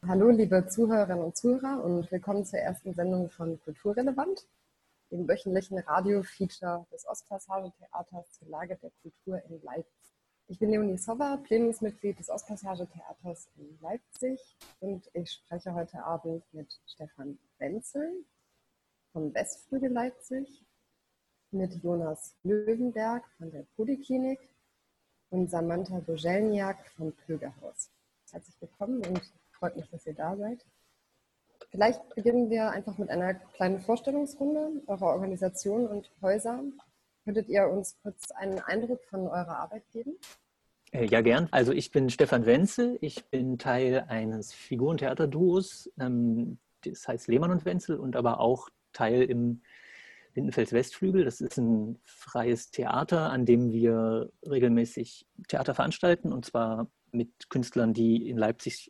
Hallo, liebe Zuhörerinnen und Zuhörer und willkommen zur ersten Sendung von Kulturrelevant, dem wöchentlichen Radio-Feature des Ostpassage-Theaters zur Lage der Kultur in Leipzig. Ich bin Leonie Sowa, Plenumsmitglied des Ostpassage-Theaters in Leipzig und ich spreche heute Abend mit Stefan Wenzel vom Westflügel Leipzig, mit Jonas Löwenberg von der Poliklinik und Samantha Bojelniak vom Plögerhaus. Herzlich willkommen und freut mich, dass ihr da seid. Vielleicht beginnen wir einfach mit einer kleinen Vorstellungsrunde eurer Organisation und Häuser. Könntet ihr uns kurz einen Eindruck von eurer Arbeit geben? Ja, gern. Also ich bin Stefan Wenzel. Ich bin Teil eines Figurentheaterduos, das heißt Lehmann und Wenzel, und aber auch Teil im Lindenfels Westflügel. Das ist ein freies Theater, an dem wir regelmäßig Theater veranstalten, und zwar mit Künstlern, die in Leipzig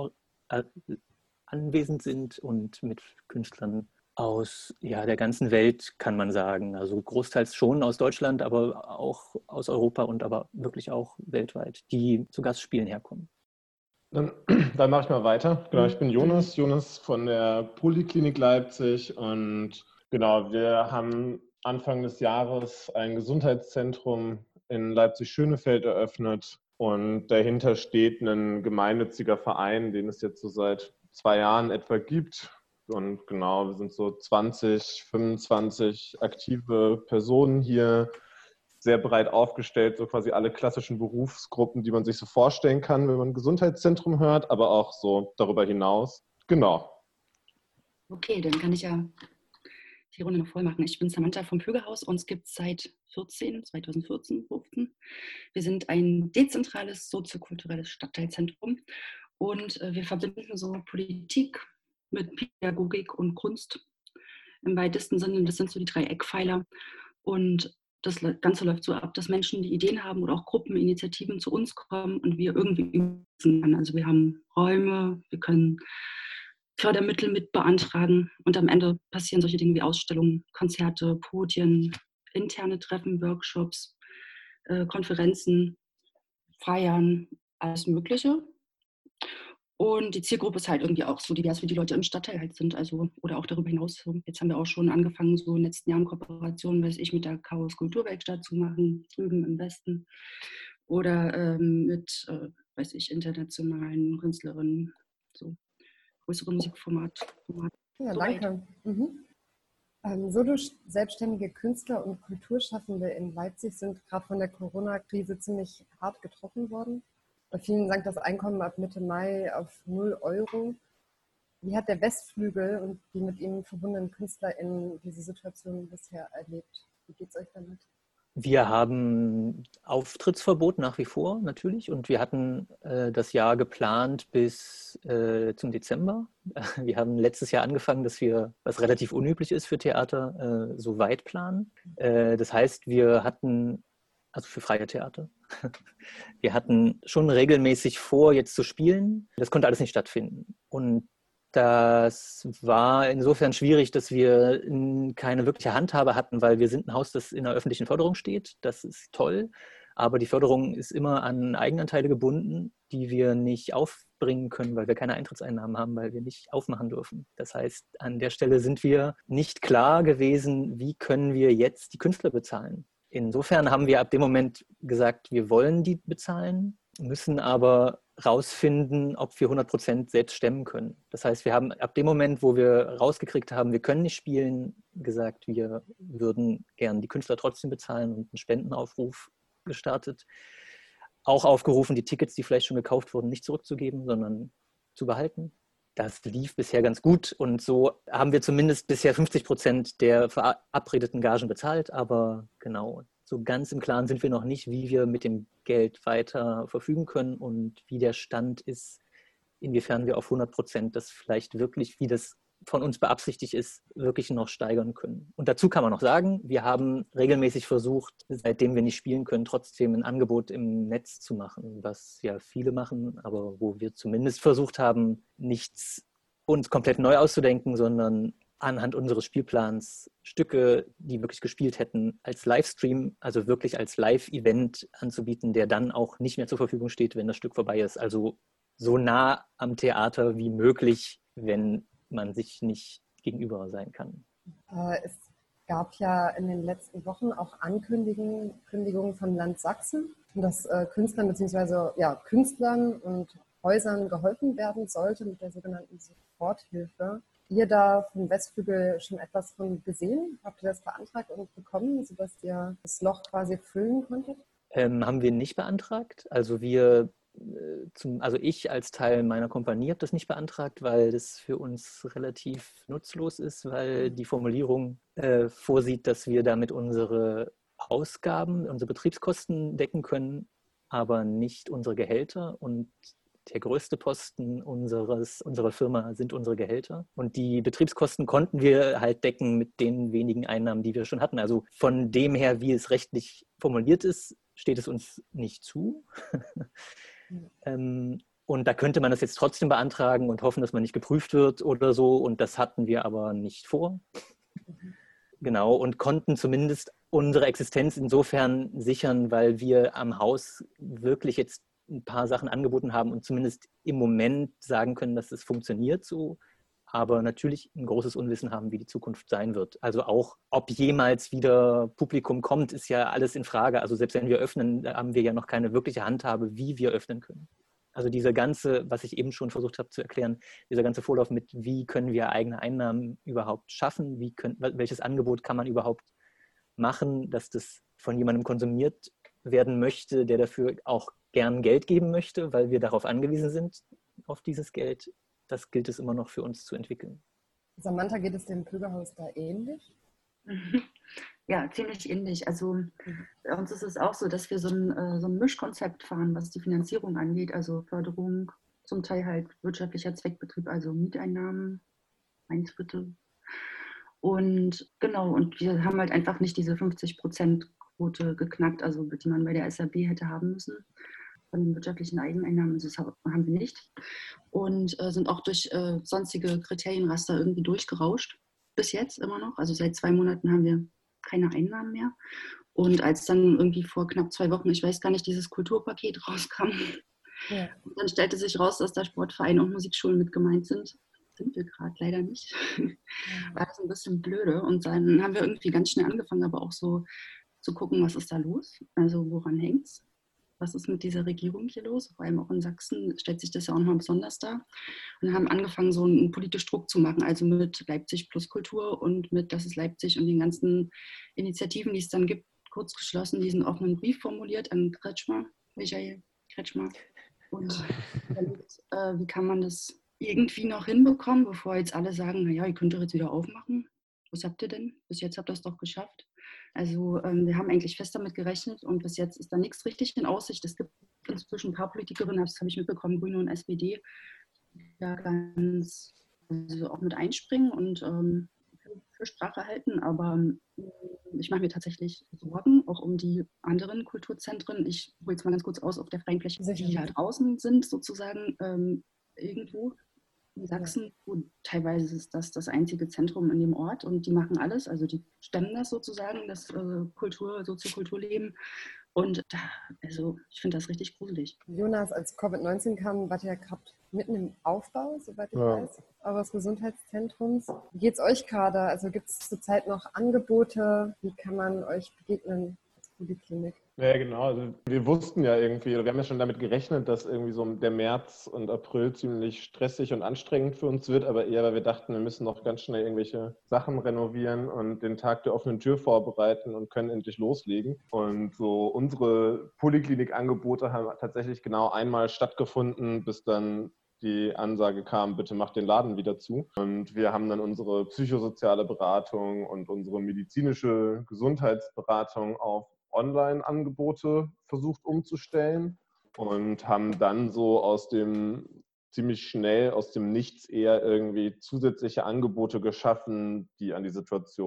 anwesend sind, und mit Künstlern aus der ganzen Welt, kann man sagen. Also großteils schon aus Deutschland, aber auch aus Europa und aber wirklich auch weltweit, die zu Gastspielen herkommen. Dann mache ich mal weiter. Genau, ich bin Jonas von der Poliklinik Leipzig, und genau, wir haben Anfang des Jahres ein Gesundheitszentrum in Leipzig-Schönefeld eröffnet, und dahinter steht ein gemeinnütziger Verein, den es jetzt so seit 2 Jahren etwa gibt. Und genau, wir sind so 20, 25 aktive Personen hier, sehr breit aufgestellt, so quasi alle klassischen Berufsgruppen, die man sich so vorstellen kann, wenn man ein Gesundheitszentrum hört, aber auch so darüber hinaus. Genau. Okay, dann kann ich ja die Runde noch voll machen. Ich bin Samantha vom Plögerhaus. Uns gibt es seit 2014. Wir sind ein dezentrales soziokulturelles Stadtteilzentrum, und wir verbinden so Politik mit Pädagogik und Kunst im weitesten Sinne. Das sind so die 3 Eckpfeiler, und das Ganze läuft so ab, dass Menschen, die Ideen haben oder auch Gruppen, Initiativen zu uns kommen und wir irgendwie umsetzen können. Also wir haben Räume, wir können Fördermittel mit beantragen, und am Ende passieren solche Dinge wie Ausstellungen, Konzerte, Podien, interne Treffen, Workshops, Konferenzen, Feiern, alles Mögliche. Und die Zielgruppe ist halt irgendwie auch so divers, wie die Leute im Stadtteil halt sind, also oder auch darüber hinaus. Jetzt haben wir auch schon angefangen, so in den letzten Jahren Kooperationen, mit der Chaos Kulturwerkstatt zu machen, drüben im Westen, oder mit, internationalen Künstlerinnen, so größere Musikformat. Ja, danke. Solo selbstständige Künstler und Kulturschaffende in Leipzig sind gerade von der Corona-Krise ziemlich hart getroffen worden. Bei vielen sank das Einkommen ab Mitte Mai auf 0 Euro. Wie hat der Westflügel und die mit ihm verbundenen KünstlerInnen diese Situation bisher erlebt? Wie geht es euch damit? Wir haben Auftrittsverbot nach wie vor natürlich, und wir hatten das Jahr geplant bis zum Dezember. Wir haben letztes Jahr angefangen, dass wir, was relativ unüblich ist für Theater, so weit planen. Das heißt, wir hatten, also für freie Theater, wir hatten schon regelmäßig vor, jetzt zu spielen. Das konnte alles nicht stattfinden. Und das war insofern schwierig, dass wir keine wirkliche Handhabe hatten, weil wir sind ein Haus, das in der öffentlichen Förderung steht. Das ist toll, aber die Förderung ist immer an Eigenanteile gebunden, die wir nicht aufbringen können, weil wir keine Eintrittseinnahmen haben, weil wir nicht aufmachen dürfen. Das heißt, an der Stelle sind wir nicht klar gewesen, wie können wir jetzt die Künstler bezahlen. Insofern haben wir ab dem Moment gesagt, wir wollen die bezahlen, müssen aber rausfinden, ob wir 100% selbst stemmen können. Das heißt, wir haben ab dem Moment, wo wir rausgekriegt haben, wir können nicht spielen, gesagt, wir würden gern die Künstler trotzdem bezahlen, und einen Spendenaufruf gestartet. Auch aufgerufen, die Tickets, die vielleicht schon gekauft wurden, nicht zurückzugeben, sondern zu behalten. Das lief bisher ganz gut, und so haben wir zumindest bisher 50% der verabredeten Gagen bezahlt, aber genau, so ganz im Klaren sind wir noch nicht, wie wir mit dem Geld weiter verfügen können und wie der Stand ist, inwiefern wir auf 100% das vielleicht wirklich, wie das von uns beabsichtigt ist, wirklich noch steigern können. Und dazu kann man noch sagen, wir haben regelmäßig versucht, seitdem wir nicht spielen können, trotzdem ein Angebot im Netz zu machen, was ja viele machen, aber wo wir zumindest versucht haben, nichts uns komplett neu auszudenken, sondern anhand unseres Spielplans Stücke, die wirklich gespielt hätten, als Livestream, also wirklich als Live-Event anzubieten, der dann auch nicht mehr zur Verfügung steht, wenn das Stück vorbei ist. Also so nah am Theater wie möglich, wenn man sich nicht gegenüber sein kann. Es gab ja in den letzten Wochen auch Ankündigungen vom Land Sachsen, dass Künstlern bzw. Künstlern und Häusern geholfen werden sollte mit der sogenannten Soforthilfe. Ihr da vom Westflügel schon etwas von gesehen? Habt ihr das beantragt und bekommen, sodass ihr das Loch quasi füllen konntet? Haben wir nicht beantragt. Also ich als Teil meiner Kompanie habe das nicht beantragt, weil das für uns relativ nutzlos ist, weil die Formulierung vorsieht, dass wir damit unsere Ausgaben, unsere Betriebskosten decken können, aber nicht unsere Gehälter. Und der größte Posten unserer Firma sind unsere Gehälter. Und die Betriebskosten konnten wir halt decken mit den wenigen Einnahmen, die wir schon hatten. Also von dem her, wie es rechtlich formuliert ist, steht es uns nicht zu. Und da könnte man das jetzt trotzdem beantragen und hoffen, dass man nicht geprüft wird oder so. Und das hatten wir aber nicht vor. Genau, und konnten zumindest unsere Existenz insofern sichern, weil wir am Haus wirklich jetzt ein paar Sachen angeboten haben und zumindest im Moment sagen können, dass es funktioniert so, aber natürlich ein großes Unwissen haben, wie die Zukunft sein wird. Also auch, ob jemals wieder Publikum kommt, ist ja alles in Frage. Also selbst wenn wir öffnen, haben wir ja noch keine wirkliche Handhabe, wie wir öffnen können. Also diese ganze, was ich eben schon versucht habe zu erklären, dieser ganze Vorlauf mit, wie können wir eigene Einnahmen überhaupt schaffen, welches Angebot kann man überhaupt machen, dass das von jemandem konsumiert werden möchte, der dafür auch gern Geld geben möchte, weil wir darauf angewiesen sind, auf dieses Geld. Das gilt es immer noch für uns zu entwickeln. Samantha, geht es dem Pögelhaus da ähnlich? Ja, ziemlich ähnlich. Also bei uns ist es auch so, dass wir so ein Mischkonzept fahren, was die Finanzierung angeht, also Förderung, zum Teil halt wirtschaftlicher Zweckbetrieb, also Mieteinnahmen, Eintritte. Und genau, und wir haben halt einfach nicht diese 50%-Quote geknackt, also die man bei der SAB hätte haben müssen. Von den wirtschaftlichen Eigeneinnahmen, das haben wir nicht. Und sind auch durch sonstige Kriterienraster irgendwie durchgerauscht. Bis jetzt immer noch. Also seit 2 Monaten haben wir keine Einnahmen mehr. Und als dann irgendwie vor knapp 2 Wochen, ich weiß gar nicht, dieses Kulturpaket rauskam, Ja. und dann stellte sich raus, dass da Sportvereine und Musikschulen mit gemeint sind. Sind wir gerade leider nicht. War das ein bisschen blöde. Und dann haben wir irgendwie ganz schnell angefangen, aber auch so zu gucken, was ist da los? Also woran hängt's? Was ist mit dieser Regierung hier los? Vor allem auch in Sachsen stellt sich das ja auch nochmal besonders dar. Und haben angefangen, so einen politischen Druck zu machen, also mit Leipzig plus Kultur und mit Das ist Leipzig und den ganzen Initiativen, die es dann gibt, kurz geschlossen, diesen offenen Brief formuliert an Kretschmer, Michael Kretschmer. Und wie kann man das irgendwie noch hinbekommen, bevor jetzt alle sagen, naja, ihr könnt doch jetzt wieder aufmachen. Was habt ihr denn? Bis jetzt habt ihr es doch geschafft. Also wir haben eigentlich fest damit gerechnet und bis jetzt ist da nichts richtig in Aussicht. Es gibt inzwischen ein paar Politikerinnen, das habe ich mitbekommen, Grüne und SPD, die da ganz auch mit einspringen und für Sprache halten. Aber ich mache mir tatsächlich Sorgen, auch um die anderen Kulturzentren. Ich hole jetzt mal ganz kurz aus auf der freien Fläche, die da draußen sind, sozusagen irgendwo in Sachsen. Und teilweise ist das einzige Zentrum in dem Ort und die machen alles. Also die stemmen das sozusagen, das Soziokulturleben. Und also ich finde das richtig gruselig. Jonas, als Covid-19 kam, wart ihr ja gerade mitten im Aufbau, soweit ich weiß, eures Gesundheitszentrums. Wie geht es euch gerade? Also gibt es zurzeit noch Angebote? Wie kann man euch begegnen als Poliklinik? Ja, genau. Also wir wussten ja irgendwie, oder wir haben ja schon damit gerechnet, dass irgendwie so der März und April ziemlich stressig und anstrengend für uns wird, aber eher, weil wir dachten, wir müssen noch ganz schnell irgendwelche Sachen renovieren und den Tag der offenen Tür vorbereiten und können endlich loslegen. Und so unsere Poliklinik-Angebote haben tatsächlich genau einmal stattgefunden, bis dann die Ansage kam, bitte macht den Laden wieder zu. Und wir haben dann unsere psychosoziale Beratung und unsere medizinische Gesundheitsberatung auf Online-Angebote versucht umzustellen und haben dann so ziemlich schnell aus dem Nichts eher irgendwie zusätzliche Angebote geschaffen, die an die Situation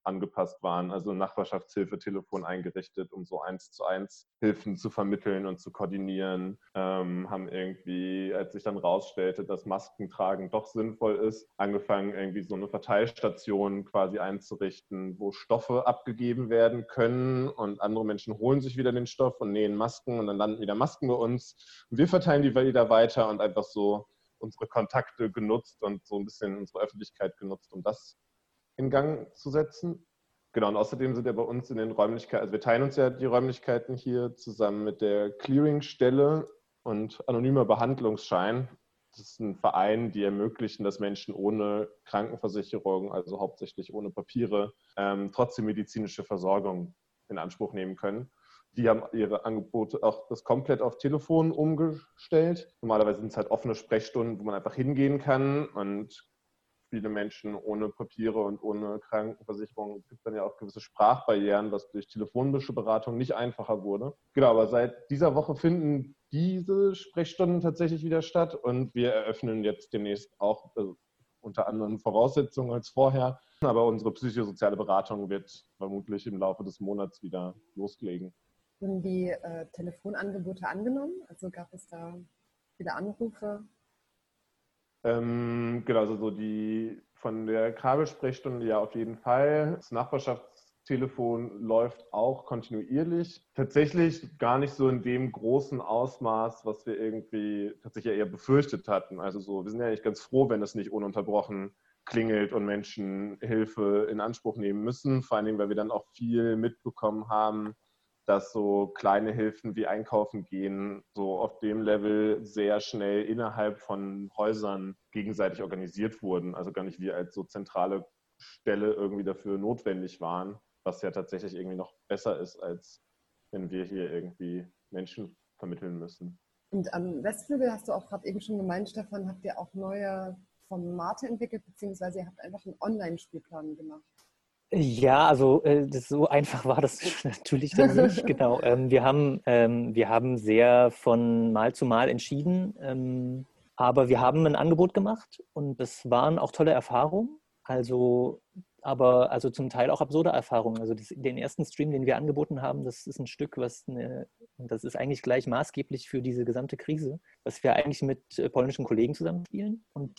angepasst waren. Also Nachbarschaftshilfetelefon eingerichtet, um so 1:1 Hilfen zu vermitteln und zu koordinieren. Haben irgendwie, als sich dann rausstellte, dass Maskentragen doch sinnvoll ist, angefangen, irgendwie so eine Verteilstation quasi einzurichten, wo Stoffe abgegeben werden können und andere Menschen holen sich wieder den Stoff und nähen Masken und dann landen wieder Masken bei uns. Und wir verteilen die wieder weiter und einfach so unsere Kontakte genutzt und so ein bisschen unsere Öffentlichkeit genutzt, um das in Gang zu setzen. Genau, und außerdem sind ja bei uns in den Räumlichkeiten, also wir teilen uns ja die Räumlichkeiten hier zusammen mit der Clearingstelle und Anonymer Behandlungsschein. Das ist ein Verein, die ermöglichen, dass Menschen ohne Krankenversicherung, also hauptsächlich ohne Papiere, trotzdem medizinische Versorgung in Anspruch nehmen können. Die haben ihre Angebote auch das komplett auf Telefon umgestellt. Normalerweise sind es halt offene Sprechstunden, wo man einfach hingehen kann, und viele Menschen ohne Papiere und ohne Krankenversicherung, es gibt dann ja auch gewisse Sprachbarrieren, was durch telefonische Beratung nicht einfacher wurde. Genau, aber seit dieser Woche finden diese Sprechstunden tatsächlich wieder statt und wir eröffnen jetzt demnächst auch unter anderen Voraussetzungen als vorher. Aber unsere psychosoziale Beratung wird vermutlich im Laufe des Monats wieder loslegen. Wurden die Telefonangebote angenommen? Also gab es da viele Anrufe? Genau, also so die von der Kabelsprechstunde ja auf jeden Fall. Das Nachbarschaftstelefon läuft auch kontinuierlich. Tatsächlich gar nicht so in dem großen Ausmaß, was wir irgendwie tatsächlich eher befürchtet hatten. Also so, wir sind ja eigentlich ganz froh, wenn es nicht ununterbrochen klingelt und Menschen Hilfe in Anspruch nehmen müssen. Vor allen Dingen, weil wir dann auch viel mitbekommen haben, dass so kleine Hilfen wie Einkaufen gehen so auf dem Level sehr schnell innerhalb von Häusern gegenseitig organisiert wurden. Also gar nicht wir als so zentrale Stelle irgendwie dafür notwendig waren, was ja tatsächlich irgendwie noch besser ist, als wenn wir hier irgendwie Menschen vermitteln müssen. Und am Westflügel, hast du auch gerade eben schon gemeint, Stefan, habt ihr auch neue Formate entwickelt, beziehungsweise ihr habt einfach einen Online-Spielplan gemacht. Ja, also so einfach war das natürlich dann nicht. Genau. Wir haben sehr von Mal zu Mal entschieden, aber wir haben ein Angebot gemacht und das waren auch tolle Erfahrungen. Also zum Teil auch absurde Erfahrungen. Also den ersten Stream, den wir angeboten haben, das ist ein Stück, das ist eigentlich gleich maßgeblich für diese gesamte Krise, was wir eigentlich mit polnischen Kollegen zusammenspielen. Und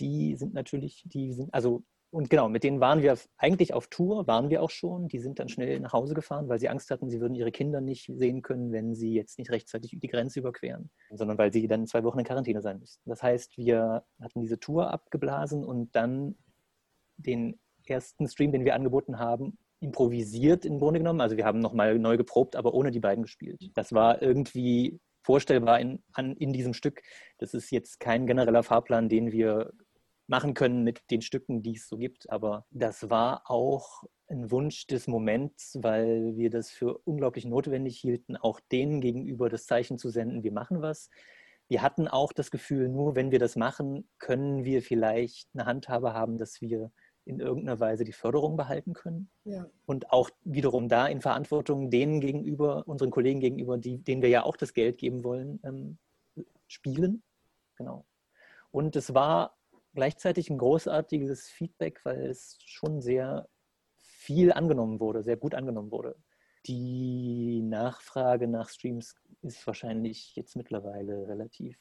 und genau, mit denen waren wir eigentlich auf Tour, waren wir auch schon. Die sind dann schnell nach Hause gefahren, weil sie Angst hatten, sie würden ihre Kinder nicht sehen können, wenn sie jetzt nicht rechtzeitig die Grenze überqueren, sondern weil sie dann 2 Wochen in Quarantäne sein müssten. Das heißt, wir hatten diese Tour abgeblasen und dann den ersten Stream, den wir angeboten haben, improvisiert im Grunde genommen. Also wir haben nochmal neu geprobt, aber ohne die beiden gespielt. Das war irgendwie vorstellbar in diesem Stück. Das ist jetzt kein genereller Fahrplan, den wir machen können mit den Stücken, die es so gibt. Aber das war auch ein Wunsch des Moments, weil wir das für unglaublich notwendig hielten, auch denen gegenüber das Zeichen zu senden, wir machen was. Wir hatten auch das Gefühl, nur wenn wir das machen, können wir vielleicht eine Handhabe haben, dass wir in irgendeiner Weise die Förderung behalten können. Ja. Und auch wiederum da in Verantwortung denen gegenüber, unseren Kollegen gegenüber, denen wir ja auch das Geld geben wollen, spielen. Genau. Und es war gleichzeitig ein großartiges Feedback, weil es schon sehr viel angenommen wurde, sehr gut angenommen wurde. Die Nachfrage nach Streams ist wahrscheinlich jetzt mittlerweile relativ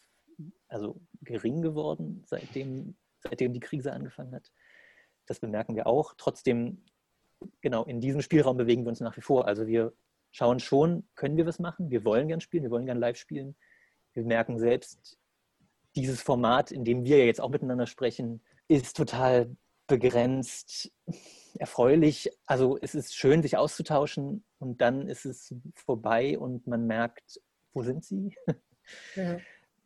gering geworden, seitdem die Krise angefangen hat. Das bemerken wir auch. Trotzdem, genau, in diesem Spielraum bewegen wir uns nach wie vor. Also wir schauen schon, können wir was machen? Wir wollen gern spielen, wir wollen gern live spielen. Wir merken selbst, dieses Format, in dem wir ja jetzt auch miteinander sprechen, ist total begrenzt, erfreulich. Also es ist schön, sich auszutauschen und dann ist es vorbei und man merkt, wo sind sie? Ja.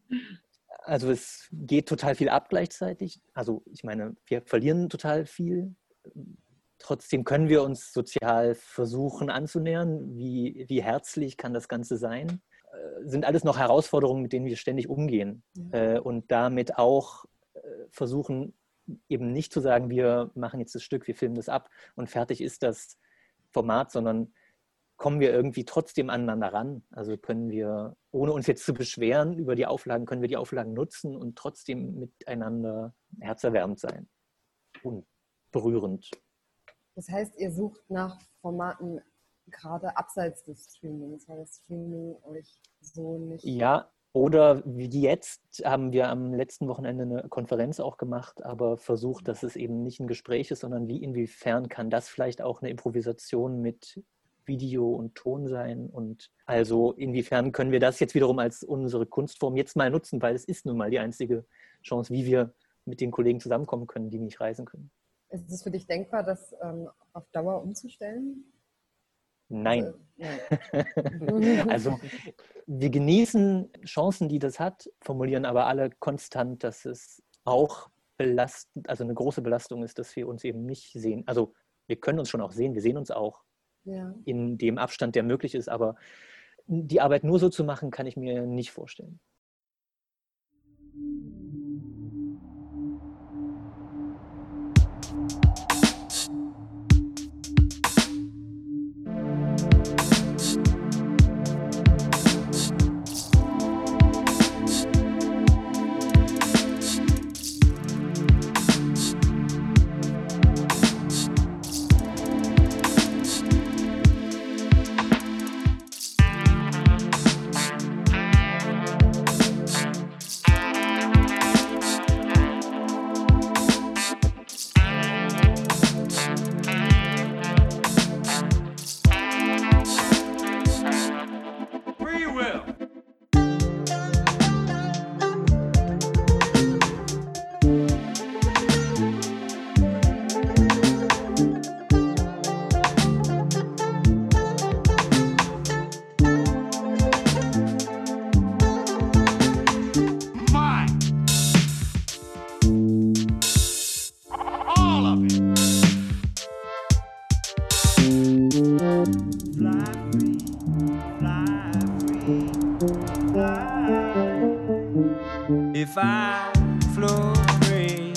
Also es geht total viel ab gleichzeitig. Also ich meine, wir verlieren total viel. Trotzdem können wir uns sozial versuchen anzunähern. Wie herzlich kann das Ganze sein? Sind alles noch Herausforderungen, mit denen wir ständig umgehen. Ja. Und damit auch versuchen, eben nicht zu sagen, wir machen jetzt das Stück, wir filmen das ab und fertig ist das Format, sondern kommen wir irgendwie trotzdem aneinander ran. Also können wir, ohne uns jetzt zu beschweren über die Auflagen, können wir die Auflagen nutzen und trotzdem miteinander herzerwärmend sein und berührend. Das heißt, ihr sucht nach Formaten gerade abseits des Streamings, weil das Streaming euch so nicht... Ja, oder wie jetzt haben wir am letzten Wochenende eine Konferenz auch gemacht, aber versucht, dass es eben nicht ein Gespräch ist, sondern inwiefern kann das vielleicht auch eine Improvisation mit Video und Ton sein, und also inwiefern können wir das jetzt wiederum als unsere Kunstform jetzt mal nutzen, weil es ist nun mal die einzige Chance, wie wir mit den Kollegen zusammenkommen können, die nicht reisen können. Ist es für dich denkbar, das auf Dauer umzustellen? Nein. Nein. Also wir genießen Chancen, die das hat, formulieren aber alle konstant, dass es auch belastend, also eine große Belastung ist, dass wir uns eben nicht sehen. Also wir können uns schon auch sehen, wir sehen uns auch in dem Abstand, der möglich ist, aber die Arbeit nur so zu machen, kann ich mir nicht vorstellen. If I flow free,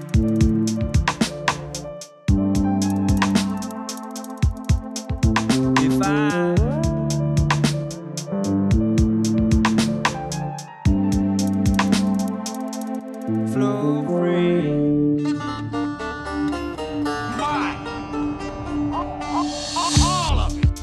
if I flow free, all of it.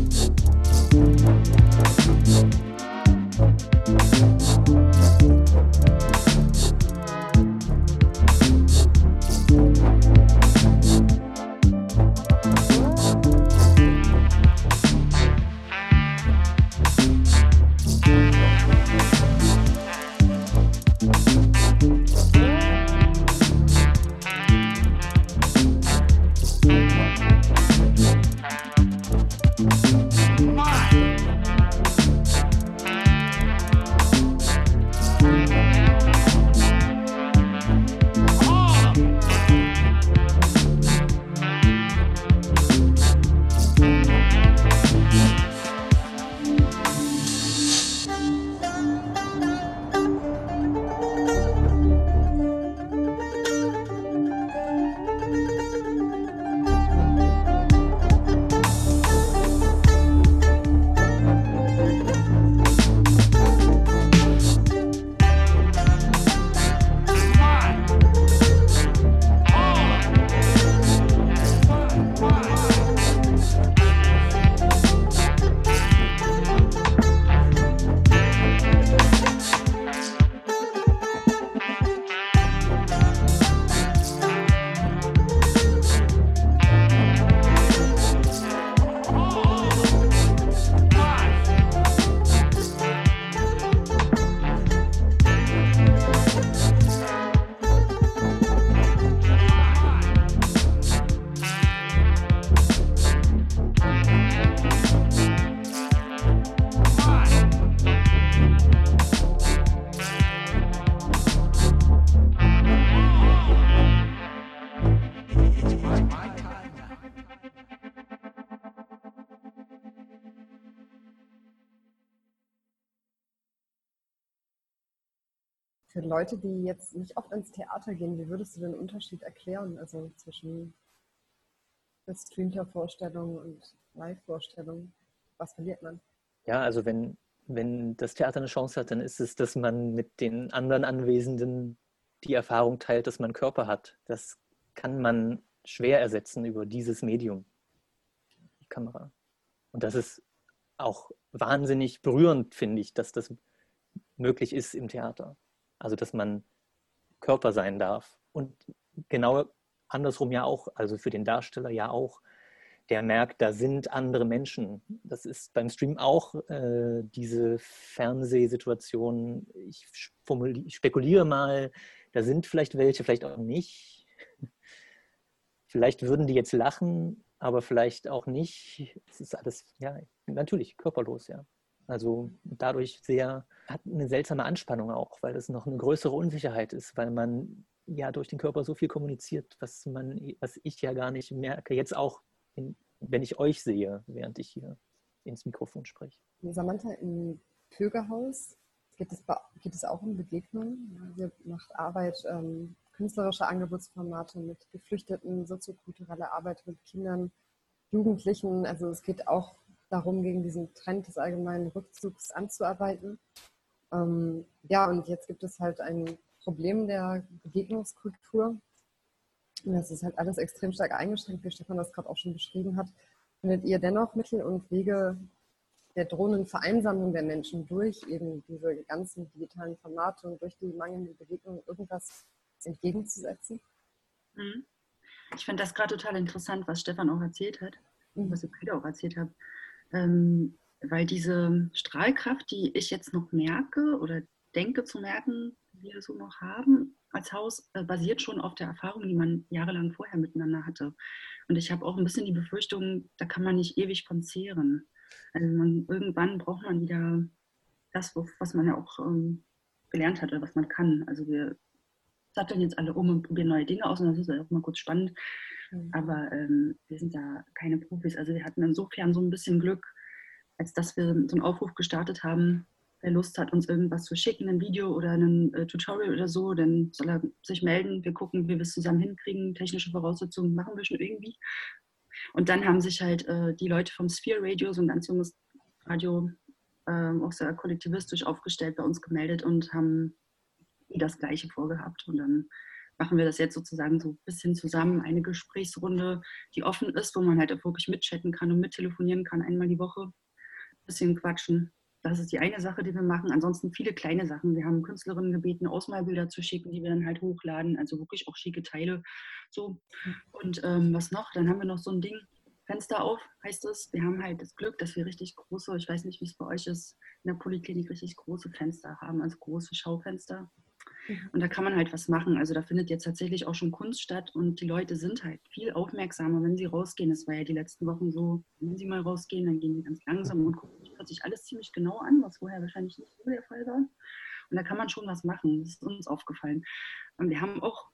Für Leute, die jetzt nicht oft ins Theater gehen, wie würdest du den Unterschied erklären, also zwischen gestreamter Vorstellung und Live-Vorstellung? Was verliert man? Ja, also wenn das Theater eine Chance hat, dann ist es, dass man mit den anderen Anwesenden die Erfahrung teilt, dass man Körper hat. Das kann man schwer ersetzen über dieses Medium, die Kamera. Und das ist auch wahnsinnig berührend, finde ich, dass das möglich ist im Theater. Also, dass man Körper sein darf. Und genau andersrum ja auch, also für den Darsteller ja auch, der merkt, da sind andere Menschen. Das ist beim Stream auch diese Fernsehsituation. Ich spekuliere mal, da sind vielleicht welche, vielleicht auch nicht. Vielleicht würden die jetzt lachen, aber vielleicht auch nicht. Es ist alles, ja, natürlich körperlos, ja. Also dadurch hat eine seltsame Anspannung auch, weil es noch eine größere Unsicherheit ist, weil man ja durch den Körper so viel kommuniziert, was ich ja gar nicht merke. Jetzt auch, wenn ich euch sehe, während ich hier ins Mikrofon spreche. Samantha, im Pögerhaus geht es auch um Begegnungen. Ihr macht Arbeit, künstlerische Angebotsformate mit Geflüchteten, soziokulturelle Arbeit mit Kindern, Jugendlichen. Also es geht auch darum, gegen diesen Trend des allgemeinen Rückzugs anzuarbeiten. Ja, und jetzt gibt es halt ein Problem der Begegnungskultur. Und das ist halt alles extrem stark eingeschränkt, wie Stefan das gerade auch schon beschrieben hat. Findet ihr dennoch Mittel und Wege der drohenden Vereinsamung der Menschen durch eben diese ganzen digitalen Formate und durch die mangelnde Begegnung irgendwas entgegenzusetzen? Ich finde das gerade total interessant, was Stefan auch erzählt hat, was ihr beide auch erzählt habt. Weil diese Strahlkraft, die ich jetzt noch merke oder denke zu merken, die wir so noch haben als Haus, basiert schon auf der Erfahrung, die man jahrelang vorher miteinander hatte. Und ich habe auch ein bisschen die Befürchtung, da kann man nicht ewig von zehren. Also irgendwann braucht man wieder das, was man ja auch gelernt hat oder was man kann. Also wir satteln jetzt alle um und probieren neue Dinge aus und das ist ja auch mal kurz spannend. Aber wir sind da keine Profis. Also wir hatten insofern so ein bisschen Glück, als dass wir so einen Aufruf gestartet haben, wer Lust hat, uns irgendwas zu schicken, ein Video oder ein Tutorial oder so, dann soll er sich melden. Wir gucken, wie wir es zusammen hinkriegen. Technische Voraussetzungen machen wir schon irgendwie. Und dann haben sich halt die Leute vom Sphere Radio, so ein ganz junges Radio, auch sehr kollektivistisch aufgestellt, bei uns gemeldet und haben das Gleiche vorgehabt. Und dann machen wir das jetzt sozusagen so ein bisschen zusammen, eine Gesprächsrunde, die offen ist, wo man halt auch wirklich mitchatten kann und mittelefonieren kann, einmal die Woche. Ein bisschen quatschen. Das ist die eine Sache, die wir machen. Ansonsten viele kleine Sachen. Wir haben Künstlerinnen gebeten, Ausmalbilder zu schicken, die wir dann halt hochladen. Also wirklich auch schicke Teile. So. Und was noch? Dann haben wir noch so ein Ding, Fenster auf, heißt es. Wir haben halt das Glück, dass wir richtig große, ich weiß nicht, wie es bei euch ist, in der Poliklinik richtig große Fenster haben, also große Schaufenster. Und da kann man halt was machen. Also da findet jetzt tatsächlich auch schon Kunst statt und die Leute sind halt viel aufmerksamer, wenn sie rausgehen. Es war ja die letzten Wochen so, wenn sie mal rausgehen, dann gehen die ganz langsam und gucken sich alles ziemlich genau an, was vorher wahrscheinlich nicht so der Fall war. Und da kann man schon was machen. Das ist uns aufgefallen. Und wir haben auch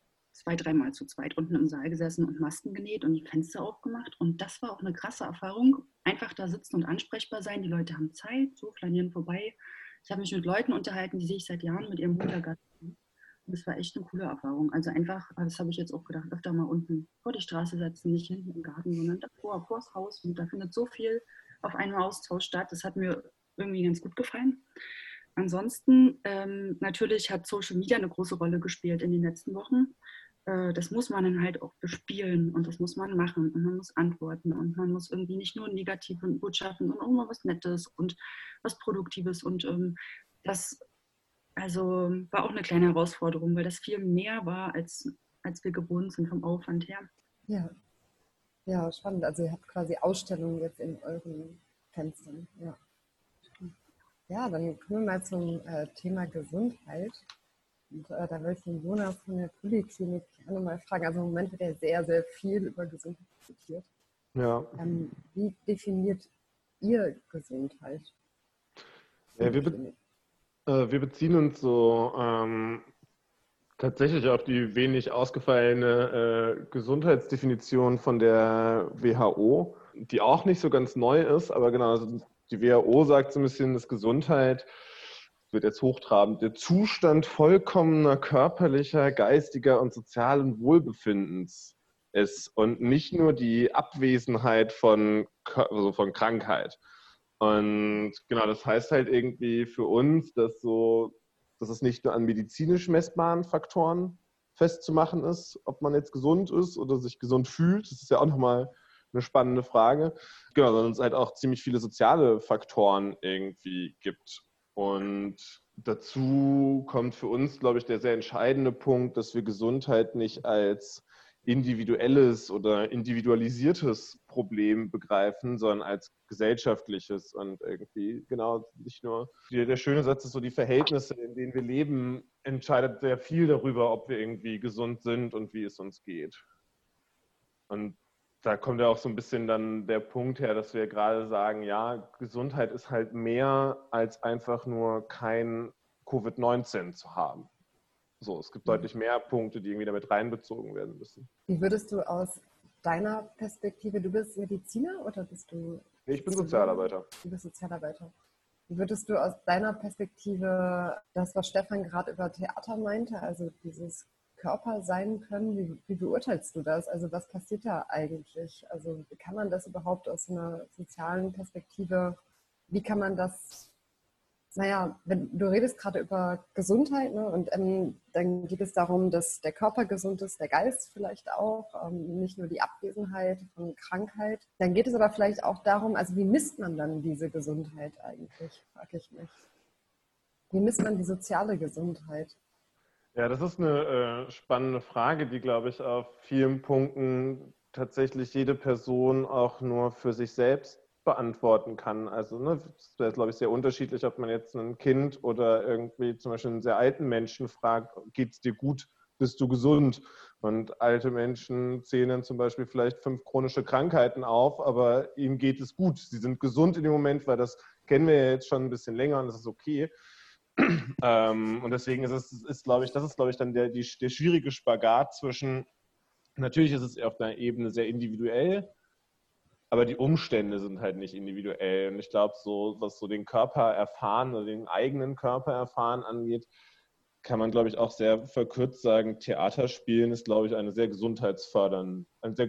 2-3 Mal zu zweit unten im Saal gesessen und Masken genäht und die Fenster aufgemacht. Und das war auch eine krasse Erfahrung. Einfach da sitzen und ansprechbar sein. Die Leute haben Zeit, so flanieren vorbei. Ich habe mich mit Leuten unterhalten, die sehe ich seit Jahren mit ihrem Hundergarten. Und das war echt eine coole Erfahrung. Also einfach, das habe ich jetzt auch gedacht, öfter mal unten vor die Straße setzen, nicht hinten im Garten, sondern davor, vors Haus. Und da findet so viel auf einem Austausch statt. Das hat mir irgendwie ganz gut gefallen. Ansonsten, natürlich hat Social Media eine große Rolle gespielt in den letzten Wochen. Das muss man dann halt auch bespielen und das muss man machen und man muss antworten und man muss irgendwie nicht nur negative Botschaften, sondern auch mal was Nettes und was Produktives und das also war auch eine kleine Herausforderung, weil das viel mehr war, als wir gewohnt sind vom Aufwand her. Ja. Ja, spannend. Also ihr habt quasi Ausstellungen jetzt in euren Fenstern. Ja, ja, dann kommen wir mal zum Thema Gesundheit. Und da will ich den Jonas von der Poliklinik auch nochmal fragen. Also im Moment wird ja sehr, sehr viel über Gesundheit diskutiert. Ja. Wie definiert ihr Gesundheit? Ja, wir beziehen uns so tatsächlich auf die wenig ausgefallene Gesundheitsdefinition von der WHO, die auch nicht so ganz neu ist, aber genau, also die WHO sagt so ein bisschen, dass Gesundheit, wird jetzt hochtrabend, der Zustand vollkommener körperlicher, geistiger und sozialen Wohlbefindens ist und nicht nur die Abwesenheit von Krankheit. Und genau, das heißt halt irgendwie für uns, dass es nicht nur an medizinisch messbaren Faktoren festzumachen ist, ob man jetzt gesund ist oder sich gesund fühlt. Das ist ja auch nochmal eine spannende Frage. Genau, sondern es halt auch ziemlich viele soziale Faktoren irgendwie gibt. Und dazu kommt für uns, glaube ich, der sehr entscheidende Punkt, dass wir Gesundheit nicht als individuelles oder individualisiertes Problem begreifen, sondern als gesellschaftliches und irgendwie, genau, nicht nur, der schöne Satz ist so, die Verhältnisse, in denen wir leben, entscheidet sehr viel darüber, ob wir irgendwie gesund sind und wie es uns geht. Und da kommt ja auch so ein bisschen dann der Punkt her, dass wir gerade sagen, ja, Gesundheit ist halt mehr als einfach nur kein Covid-19 zu haben. So, es gibt deutlich mehr Punkte, die irgendwie damit reinbezogen werden müssen. Wie würdest du aus deiner Perspektive, du bist Mediziner oder bist du... Nee, ich bin Sozialarbeiter. Du bist Sozialarbeiter. Wie würdest du aus deiner Perspektive das, was Stefan gerade über Theater meinte, also dieses Körper sein können, wie beurteilst du das? Also was passiert da eigentlich? Also kann man das überhaupt aus einer sozialen Perspektive, wie kann man das... Naja, du redest gerade über Gesundheit, ne? Und dann geht es darum, dass der Körper gesund ist, der Geist vielleicht auch, nicht nur die Abwesenheit von Krankheit. Dann geht es aber vielleicht auch darum, also wie misst man dann diese Gesundheit eigentlich, frage ich mich. Wie misst man die soziale Gesundheit? Ja, das ist eine spannende Frage, die, glaube ich, auf vielen Punkten tatsächlich jede Person auch nur für sich selbst beantworten kann. Also es wäre, glaube ich, sehr unterschiedlich, ob man jetzt ein Kind oder irgendwie zum Beispiel einen sehr alten Menschen fragt, geht es dir gut, bist du gesund? Und alte Menschen zählen dann zum Beispiel vielleicht 5 chronische Krankheiten auf, aber ihnen geht es gut. Sie sind gesund in dem Moment, weil das kennen wir ja jetzt schon ein bisschen länger und das ist okay. Und deswegen ist glaube ich, dann der schwierige Spagat zwischen, natürlich ist es auf einer Ebene sehr individuell, aber die Umstände sind halt nicht individuell. Und ich glaube, so, was so den Körper erfahren oder den eigenen Körper erfahren angeht, kann man, glaube ich, auch sehr verkürzt sagen, Theater spielen ist, glaube ich, eine sehr gesundheitsfördernde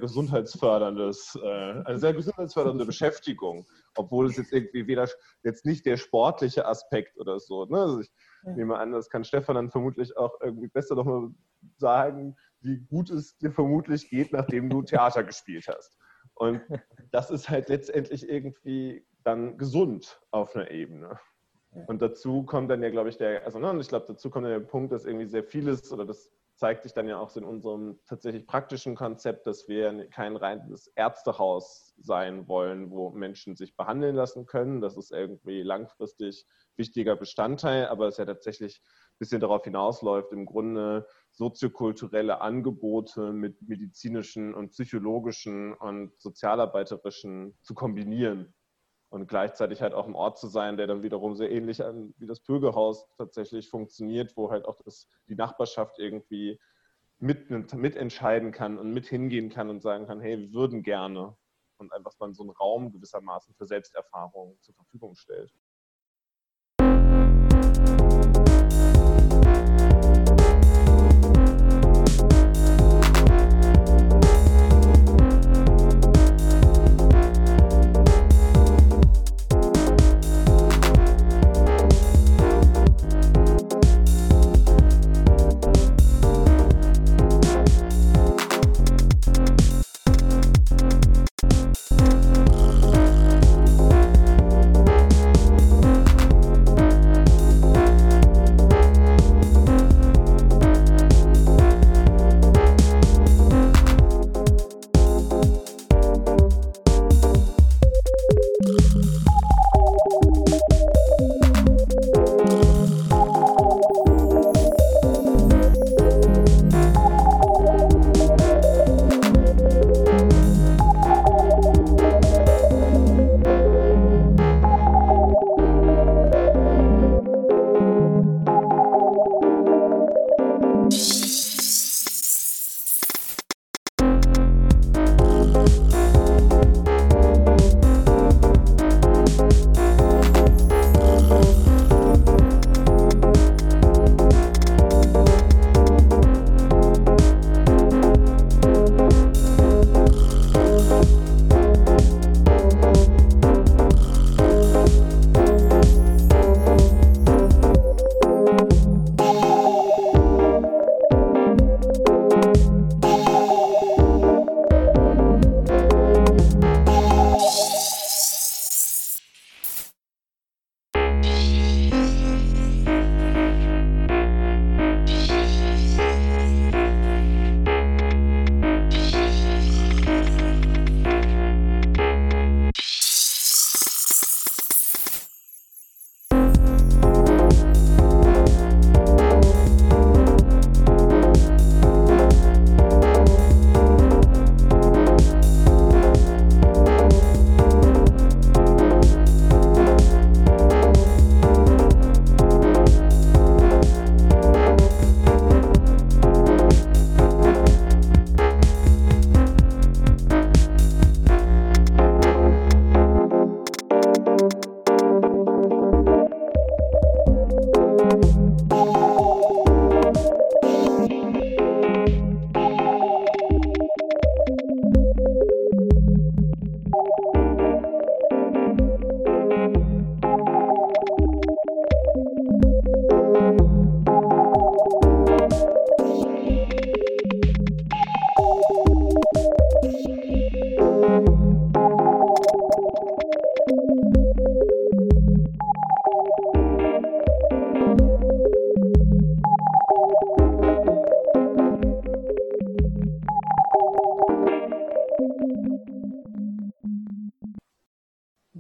Beschäftigung. Obwohl es jetzt irgendwie jetzt nicht der sportliche Aspekt oder so. Ne? Also ich nehme an, das kann Stefan dann vermutlich auch irgendwie besser nochmal sagen, wie gut es dir vermutlich geht, nachdem du Theater gespielt hast. Und das ist halt letztendlich irgendwie dann gesund auf einer Ebene. Und dazu kommt dann ja, glaube ich, dazu kommt dann der Punkt, dass irgendwie sehr vieles, oder das zeigt sich dann ja auch so in unserem tatsächlich praktischen Konzept, dass wir kein reines Ärztehaus sein wollen, wo Menschen sich behandeln lassen können. Das ist irgendwie langfristig wichtiger Bestandteil, aber es ja tatsächlich ein bisschen darauf hinausläuft, im Grunde soziokulturelle Angebote mit medizinischen und psychologischen und sozialarbeiterischen zu kombinieren. Und gleichzeitig halt auch ein Ort zu sein, der dann wiederum sehr ähnlich wie das Pögelhaus tatsächlich funktioniert, wo halt auch die Nachbarschaft irgendwie mitentscheiden kann und mit hingehen kann und sagen kann, hey, wir würden gerne. Und einfach mal so einen Raum gewissermaßen für Selbsterfahrung zur Verfügung stellt.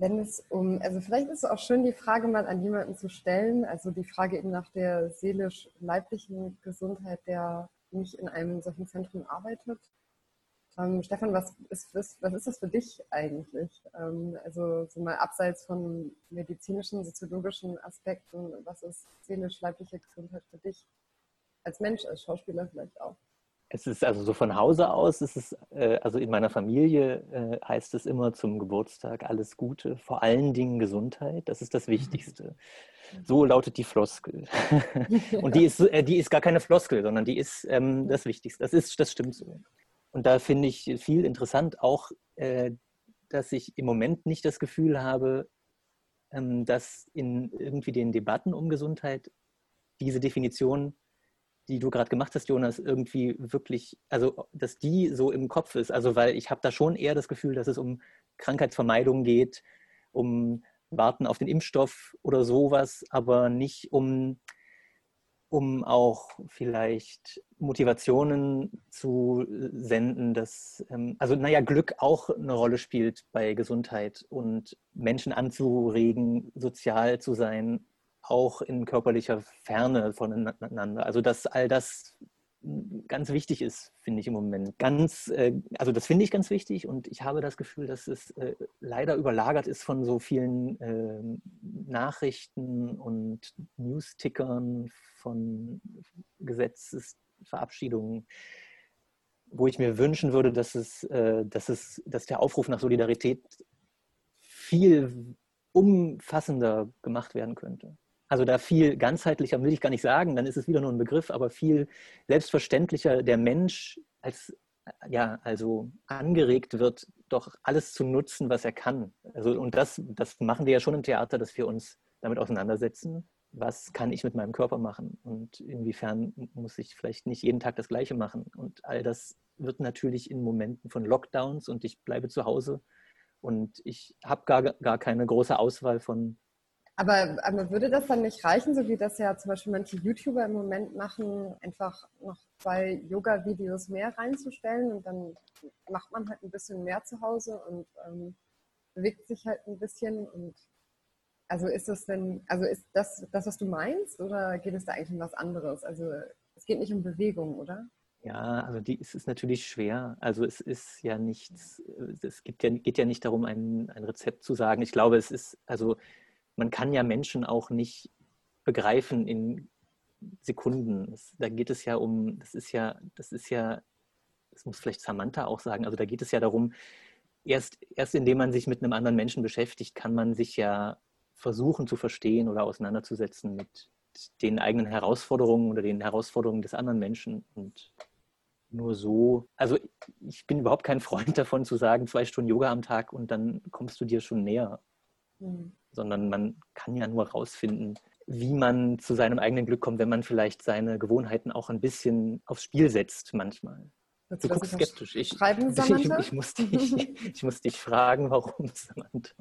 Wenn es also vielleicht ist es auch schön, die Frage mal an jemanden zu stellen, also die Frage eben nach der seelisch-leiblichen Gesundheit, der nicht in einem solchen Zentrum arbeitet. Stefan, was ist das für dich eigentlich? Also so mal abseits von medizinischen, soziologischen Aspekten, was ist seelisch-leibliche Gesundheit für dich? Als Mensch, als Schauspieler vielleicht auch. Es ist also so von Hause aus, also in meiner Familie heißt es immer zum Geburtstag alles Gute, vor allen Dingen Gesundheit, das ist das Wichtigste. So lautet die Floskel. Und die ist gar keine Floskel, sondern die ist das Wichtigste. Das stimmt so. Und da finde ich viel interessant auch, dass ich im Moment nicht das Gefühl habe, dass in irgendwie den Debatten um Gesundheit diese Definition, die du gerade gemacht hast, Jonas, irgendwie wirklich, also dass die so im Kopf ist. Also weil ich habe da schon eher das Gefühl, dass es um Krankheitsvermeidung geht, um Warten auf den Impfstoff oder sowas, aber nicht um auch vielleicht Motivationen zu senden, dass Glück auch eine Rolle spielt bei Gesundheit und Menschen anzuregen, sozial zu sein, auch in körperlicher Ferne voneinander. Also dass all das ganz wichtig ist, finde ich im Moment. Also das finde ich ganz wichtig und ich habe das Gefühl, dass es leider überlagert ist von so vielen Nachrichten und News-Tickern von Gesetzesverabschiedungen, wo ich mir wünschen würde, dass der Aufruf nach Solidarität viel umfassender gemacht werden könnte. Also da viel ganzheitlicher, will ich gar nicht sagen, dann ist es wieder nur ein Begriff, aber viel selbstverständlicher der Mensch also angeregt wird, doch alles zu nutzen, was er kann. Also, und das machen wir ja schon im Theater, dass wir uns damit auseinandersetzen. Was kann ich mit meinem Körper machen? Und inwiefern muss ich vielleicht nicht jeden Tag das Gleiche machen? Und all das wird natürlich in Momenten von Lockdowns und ich bleibe zu Hause und ich habe gar keine große Auswahl von. Aber würde das dann nicht reichen, so wie das ja zum Beispiel manche YouTuber im Moment machen, einfach noch 2 Yoga-Videos mehr reinzustellen und dann macht man halt ein bisschen mehr zu Hause und bewegt sich halt ein bisschen und also ist das, was du meinst oder geht es da eigentlich um was anderes? Also es geht nicht um Bewegung, oder? Ja, also es ist natürlich schwer. Also es ist ja nichts, geht ja nicht darum, ein Rezept zu sagen. Ich glaube, man kann ja Menschen auch nicht begreifen in Sekunden. Da geht es ja das muss vielleicht Samantha auch sagen, also da geht es ja darum, erst indem man sich mit einem anderen Menschen beschäftigt, kann man sich ja versuchen zu verstehen oder auseinanderzusetzen mit den eigenen Herausforderungen oder den Herausforderungen des anderen Menschen. Und nur so, also ich bin überhaupt kein Freund davon zu sagen, 2 Stunden Yoga am Tag und dann kommst du dir schon näher. Sondern man kann ja nur rausfinden, wie man zu seinem eigenen Glück kommt, wenn man vielleicht seine Gewohnheiten auch ein bisschen aufs Spiel setzt manchmal. Du guckst skeptisch. Ich muss dich fragen, warum, Samantha.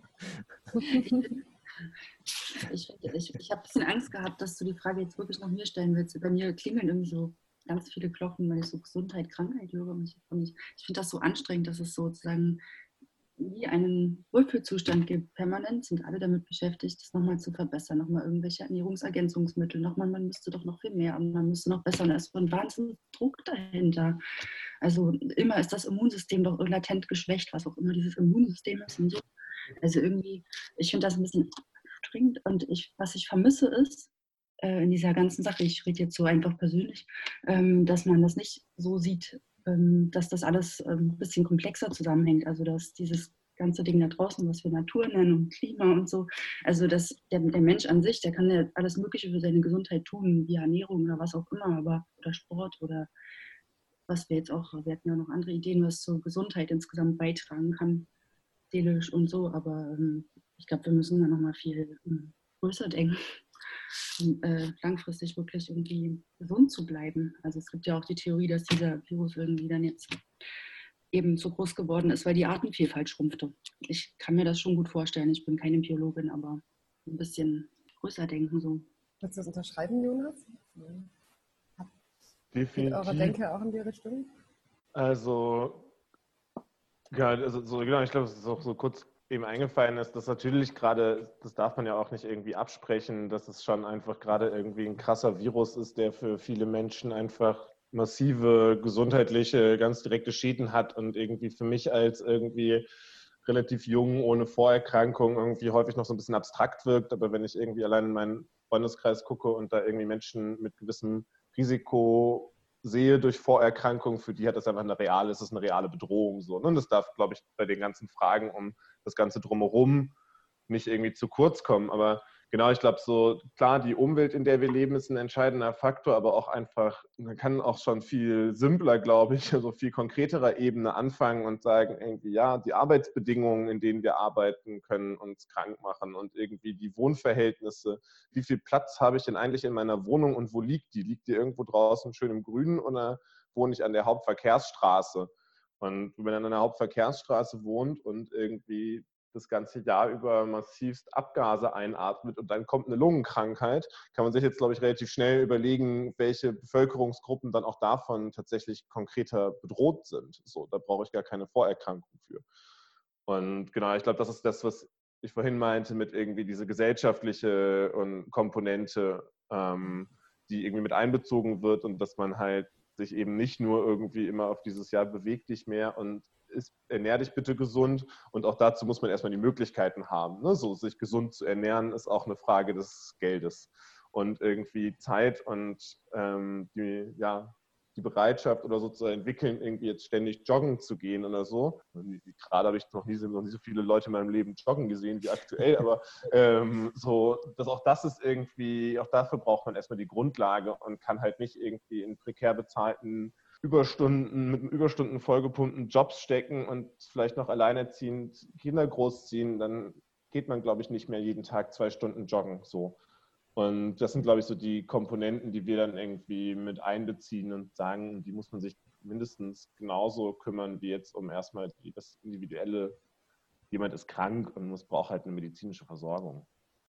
Ich habe ein bisschen Angst gehabt, dass du die Frage jetzt wirklich nach mir stellen willst. Bei mir klingeln irgendwie so ganz viele Glocken, weil ich so Gesundheit, Krankheit höre. Ich finde das so anstrengend, dass es sozusagen wie einen Wohlfühlzustand gibt. Permanent sind alle damit beschäftigt, das nochmal zu verbessern, nochmal irgendwelche Ernährungsergänzungsmittel, man müsste doch noch viel mehr und man müsste noch besser. Und da ist so ein Wahnsinnsdruck dahinter. Also immer ist das Immunsystem doch latent geschwächt, was auch immer dieses Immunsystem ist und so. Also irgendwie, ich finde das ein bisschen anstrengend und was ich vermisse ist, in dieser ganzen Sache, ich rede jetzt so einfach persönlich, dass man das nicht so sieht, dass das alles ein bisschen komplexer zusammenhängt. Also dass dieses ganze Ding da draußen, was wir Natur nennen und Klima und so, also dass der Mensch an sich, der kann ja alles Mögliche für seine Gesundheit tun, wie Ernährung oder was auch immer, oder Sport oder was wir hatten ja noch andere Ideen, was zur Gesundheit insgesamt beitragen kann, seelisch und so, aber ich glaube, wir müssen da nochmal viel größer denken, um langfristig wirklich irgendwie gesund zu bleiben. Also es gibt ja auch die Theorie, dass dieser Virus irgendwie dann jetzt eben so groß geworden ist, weil die Artenvielfalt schrumpfte. Ich kann mir das schon gut vorstellen. Ich bin keine Biologin, aber ein bisschen größer denken so. Willst du das unterschreiben, Jonas? Definitiv. Geht eure Denke auch in die Richtung? Also, ja, ich glaube, es ist auch so kurz eben eingefallen ist, dass natürlich gerade, das darf man ja auch nicht irgendwie absprechen, dass es schon einfach gerade irgendwie ein krasser Virus ist, der für viele Menschen einfach massive gesundheitliche, ganz direkte Schäden hat und irgendwie für mich als irgendwie relativ jung, ohne Vorerkrankung irgendwie häufig noch so ein bisschen abstrakt wirkt. Aber wenn ich irgendwie allein in meinen Freundeskreis gucke und da irgendwie Menschen mit gewissem Risiko sehe durch Vorerkrankungen, für die hat das einfach ist es eine reale Bedrohung. So, ne? Und das darf, glaube ich, bei den ganzen Fragen um das Ganze drumherum nicht irgendwie zu kurz kommen. Aber genau, ich glaube, so klar, die Umwelt, in der wir leben, ist ein entscheidender Faktor, aber auch einfach, man kann auch schon viel simpler, glaube ich, also viel konkreterer Ebene anfangen und sagen, irgendwie, ja, die Arbeitsbedingungen, in denen wir arbeiten, können uns krank machen und irgendwie die Wohnverhältnisse. Wie viel Platz habe ich denn eigentlich in meiner Wohnung und wo liegt die? Liegt die irgendwo draußen schön im Grünen oder wohne ich an der Hauptverkehrsstraße? Und wenn man an der Hauptverkehrsstraße wohnt und irgendwie das ganze Jahr über massivst Abgase einatmet und dann kommt eine Lungenkrankheit, kann man sich jetzt, glaube ich, relativ schnell überlegen, welche Bevölkerungsgruppen dann auch davon tatsächlich konkreter bedroht sind. So, da brauche ich gar keine Vorerkrankung für. Und genau, ich glaube, das ist das, was ich vorhin meinte mit irgendwie diese gesellschaftliche Komponente, die irgendwie mit einbezogen wird und dass man halt sich eben nicht nur irgendwie immer auf dieses Jahr beweg dich mehr und ernähr dich bitte gesund. Und auch dazu muss man erstmal die Möglichkeiten haben. Ne? So, sich gesund zu ernähren ist auch eine Frage des Geldes. Und irgendwie Zeit und die Bereitschaft oder so zu entwickeln, irgendwie jetzt ständig joggen zu gehen oder so. Gerade habe ich noch nie so viele Leute in meinem Leben joggen gesehen wie aktuell, aber so, dass auch das ist irgendwie, auch dafür braucht man erstmal die Grundlage und kann halt nicht irgendwie in prekär bezahlten Überstunden, mit Überstunden vollgepumpten Jobs stecken und vielleicht noch alleinerziehend Kinder großziehen, dann geht man, glaube ich, nicht mehr jeden Tag 2 Stunden joggen. So. Und das sind, glaube ich, so die Komponenten, die wir dann irgendwie mit einbeziehen und sagen, die muss man sich mindestens genauso kümmern, wie jetzt um erstmal das Individuelle. Jemand ist krank und braucht halt eine medizinische Versorgung.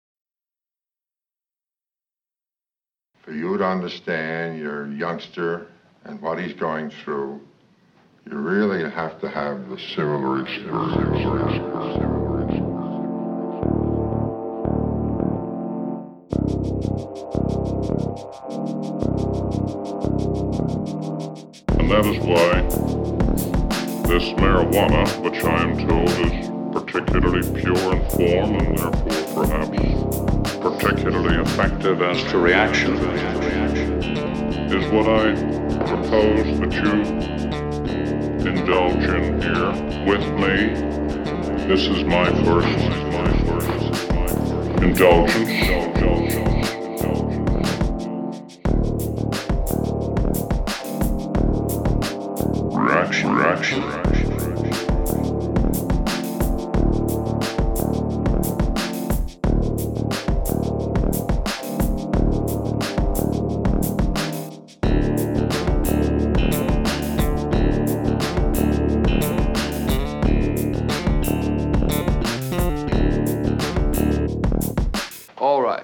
For you to understand your youngster and what he's going through, you really have to have the similar experience. And that is why this marijuana, which I am told is particularly pure in form and therefore perhaps particularly effective as to reaction, is what I propose that you indulge in here with me. This is my first indulgence. Reaction. All right.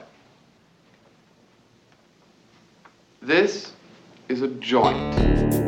This is a joint.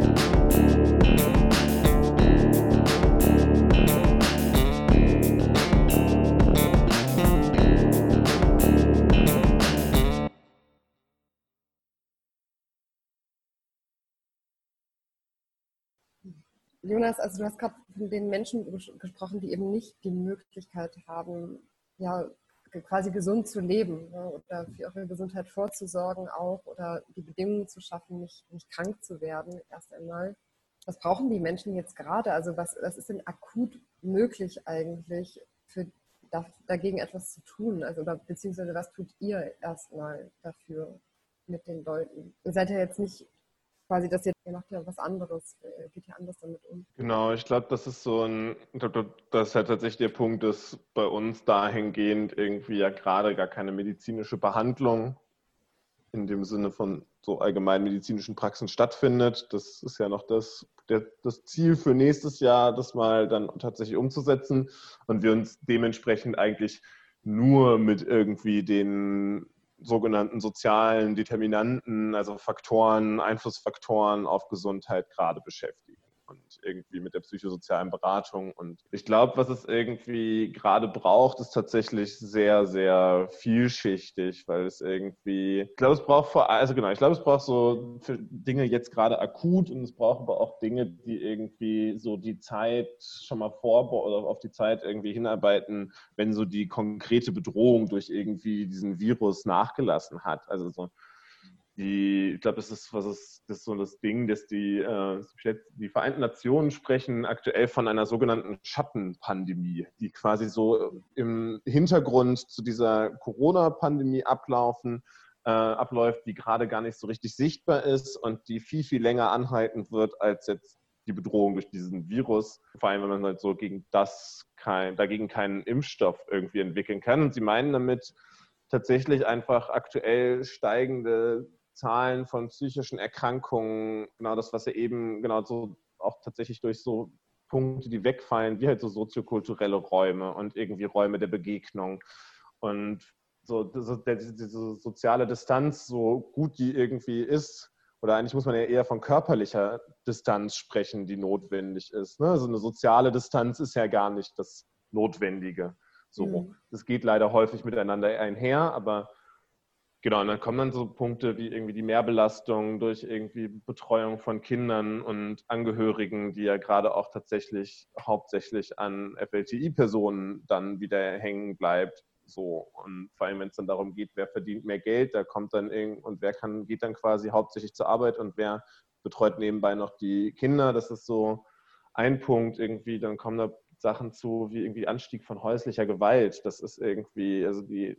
Jonas, also du hast gerade von den Menschen gesprochen, die eben nicht die Möglichkeit haben, ja, quasi gesund zu leben, ne, oder für ihre Gesundheit vorzusorgen auch oder die Bedingungen zu schaffen, nicht krank zu werden erst einmal. Was brauchen die Menschen jetzt gerade? Also was ist denn akut möglich eigentlich dagegen etwas zu tun? Also beziehungsweise was tut ihr erstmal dafür mit den Leuten? Ihr seid ja jetzt nicht quasi, ihr macht ja was anderes, geht ja anders damit um. Genau, ich glaube, das ist das ist halt tatsächlich der Punkt, dass bei uns dahingehend irgendwie ja gerade gar keine medizinische Behandlung in dem Sinne von so allgemein medizinischen Praxen stattfindet. Das ist ja noch das Ziel für nächstes Jahr, das mal dann tatsächlich umzusetzen und wir uns dementsprechend eigentlich nur mit irgendwie den sogenannten sozialen Determinanten, also Faktoren, Einflussfaktoren auf Gesundheit gerade beschäftigen. und irgendwie mit der psychosozialen Beratung. Und ich glaube, was es irgendwie gerade braucht, ist tatsächlich sehr, sehr vielschichtig, weil es irgendwie, ich glaube, es braucht so für Dinge jetzt gerade akut und es braucht aber auch Dinge, die irgendwie so die Zeit schon mal oder auf die Zeit irgendwie hinarbeiten, wenn so die konkrete Bedrohung durch irgendwie diesen Virus nachgelassen hat. Also so ich glaube, das ist so das Ding, dass die Vereinten Nationen sprechen aktuell von einer sogenannten Schattenpandemie, die quasi so im Hintergrund zu dieser Corona-Pandemie abläuft, die gerade gar nicht so richtig sichtbar ist und die viel, viel länger anhalten wird als jetzt die Bedrohung durch diesen Virus, vor allem wenn man halt so dagegen keinen Impfstoff irgendwie entwickeln kann. Und sie meinen damit tatsächlich einfach aktuell steigende Zahlen von psychischen Erkrankungen, genau das, was ja eben genau so auch tatsächlich durch so Punkte, die wegfallen, wie halt so soziokulturelle Räume und irgendwie Räume der Begegnung. Und so diese soziale Distanz, so gut die irgendwie ist, oder eigentlich muss man ja eher von körperlicher Distanz sprechen, die notwendig ist. Ne? Also eine soziale Distanz ist ja gar nicht das Notwendige. So, das geht leider häufig miteinander einher, aber genau, und dann kommen dann so Punkte wie irgendwie die Mehrbelastung durch irgendwie Betreuung von Kindern und Angehörigen, die ja gerade auch tatsächlich hauptsächlich an FLTI-Personen dann wieder hängen bleibt. So, und vor allem, wenn es dann darum geht, wer verdient mehr Geld, da kommt dann und geht dann quasi hauptsächlich zur Arbeit und wer betreut nebenbei noch die Kinder. Das ist so ein Punkt irgendwie, dann kommen da Sachen zu, wie irgendwie Anstieg von häuslicher Gewalt. Das ist irgendwie, also in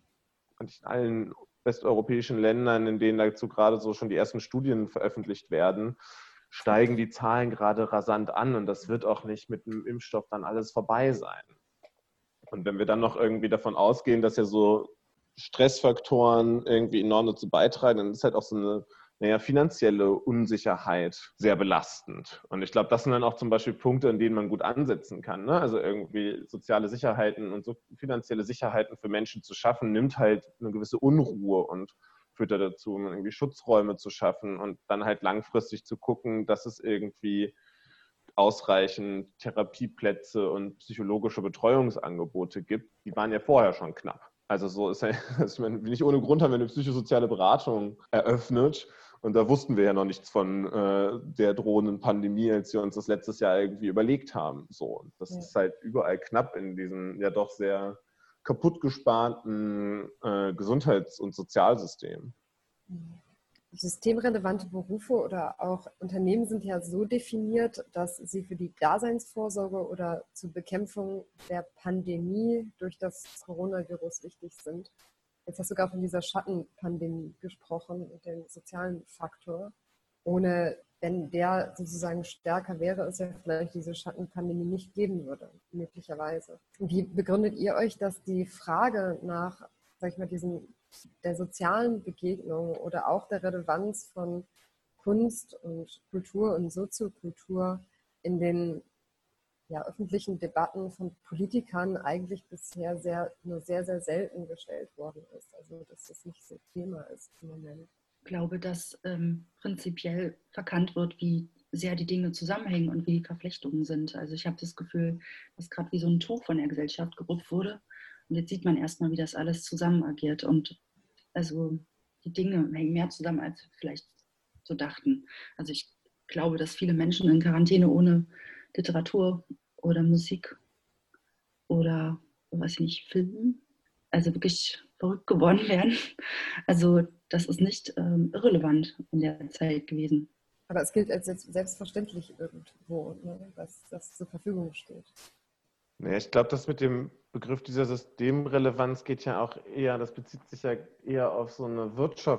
allen westeuropäischen Ländern, in denen dazu gerade so schon die ersten Studien veröffentlicht werden, steigen die Zahlen gerade rasant an und das wird auch nicht mit dem Impfstoff dann alles vorbei sein. Und wenn wir dann noch irgendwie davon ausgehen, dass ja so Stressfaktoren irgendwie enorm dazu beitragen, dann ist halt auch so eine finanzielle Unsicherheit sehr belastend. Und ich glaube, das sind dann auch zum Beispiel Punkte, an denen man gut ansetzen kann. Ne? Also irgendwie soziale Sicherheiten und so finanzielle Sicherheiten für Menschen zu schaffen, nimmt halt eine gewisse Unruhe und führt dazu, irgendwie Schutzräume zu schaffen und dann halt langfristig zu gucken, dass es irgendwie ausreichend Therapieplätze und psychologische Betreuungsangebote gibt. Die waren ja vorher schon knapp. Also so ist ja, also nicht ohne Grund haben wir eine psychosoziale Beratung eröffnet. Und da wussten wir ja noch nichts von der drohenden Pandemie, als wir uns das letztes Jahr irgendwie überlegt haben. So, das ist halt überall knapp in diesen ja doch sehr kaputt gesparten Gesundheits- und Sozialsystemen. Systemrelevante Berufe oder auch Unternehmen sind ja so definiert, dass sie für die Daseinsvorsorge oder zur Bekämpfung der Pandemie durch das Coronavirus wichtig sind. Jetzt hast du gerade von dieser Schattenpandemie gesprochen und dem sozialen Faktor. Wenn der sozusagen stärker wäre, es ja vielleicht diese Schattenpandemie nicht geben würde, möglicherweise. Wie begründet ihr euch, dass die Frage nach, sag ich mal, der sozialen Begegnung oder auch der Relevanz von Kunst und Kultur und Soziokultur in den öffentlichen Debatten von Politikern eigentlich bisher nur sehr, sehr selten gestellt worden ist? Also dass das nicht so Thema ist im Moment. Ich glaube, dass prinzipiell verkannt wird, wie sehr die Dinge zusammenhängen und wie die Verflechtungen sind. Also ich habe das Gefühl, dass gerade wie so ein Tuch von der Gesellschaft gerupft wurde. Und jetzt sieht man erstmal, wie das alles zusammen agiert. Und also die Dinge hängen mehr zusammen, als wir vielleicht so dachten. Also ich glaube, dass viele Menschen in Quarantäne ohne Literatur oder Musik oder, weiß ich nicht, Film, also wirklich verrückt geworden wären. Also das ist nicht irrelevant in der Zeit gewesen. Aber es gilt als selbstverständlich irgendwo, ne, dass das zur Verfügung steht. Ja, ich glaube, das mit dem Begriff dieser Systemrelevanz geht ja auch eher, das bezieht sich ja eher auf so eine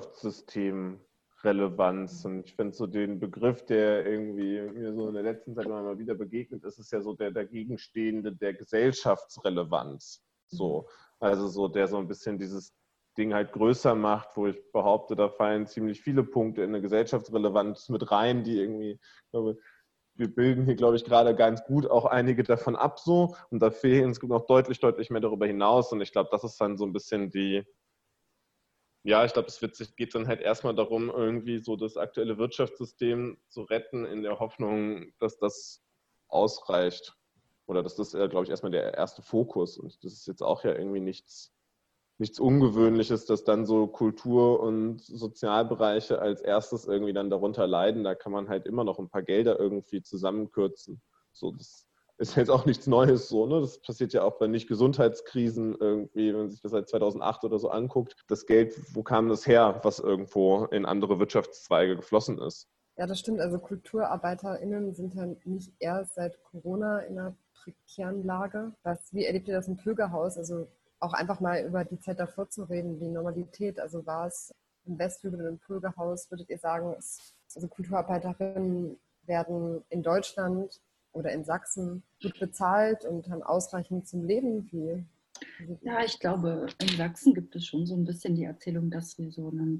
Wirtschaftssystemrelevanz. Und ich finde so den Begriff, der irgendwie mir so in der letzten Zeit immer mal wieder begegnet ist, ist ja so der dagegenstehende der Gesellschaftsrelevanz. So, also so der so ein bisschen dieses Ding halt größer macht, wo ich behaupte, da fallen ziemlich viele Punkte in eine Gesellschaftsrelevanz mit rein, die irgendwie, ich glaube, wir bilden hier, glaube ich, gerade ganz gut auch einige davon ab so und da fehlen es noch deutlich mehr darüber hinaus und ich glaube, das ist dann so ein bisschen ja, ich glaube, geht dann halt erstmal darum, irgendwie so das aktuelle Wirtschaftssystem zu retten, in der Hoffnung, dass das ausreicht. Oder dass das, glaube ich, erstmal der erste Fokus. Und das ist jetzt auch ja irgendwie nichts Ungewöhnliches, dass dann so Kultur- und Sozialbereiche als erstes irgendwie dann darunter leiden. Da kann man halt immer noch ein paar Gelder irgendwie zusammenkürzen. So, das ist jetzt auch nichts Neues so, ne? Das passiert ja auch bei Nicht-Gesundheitskrisen irgendwie, wenn man sich das seit 2008 oder so anguckt. Das Geld, wo kam das her, was irgendwo in andere Wirtschaftszweige geflossen ist? Ja, das stimmt. Also KulturarbeiterInnen sind ja nicht erst seit Corona in einer prekären Lage. Wie erlebt ihr das im Pflegehaus? Also auch einfach mal über die Zeit davor zu reden, die Normalität. Also war es im Westflügel und im Pflegehaus, würdet ihr sagen, also Kulturarbeiterinnen werden in Deutschland oder in Sachsen gut bezahlt und haben ausreichend zum Leben? Ja, ich glaube, in Sachsen gibt es schon so ein bisschen die Erzählung, dass wir so ein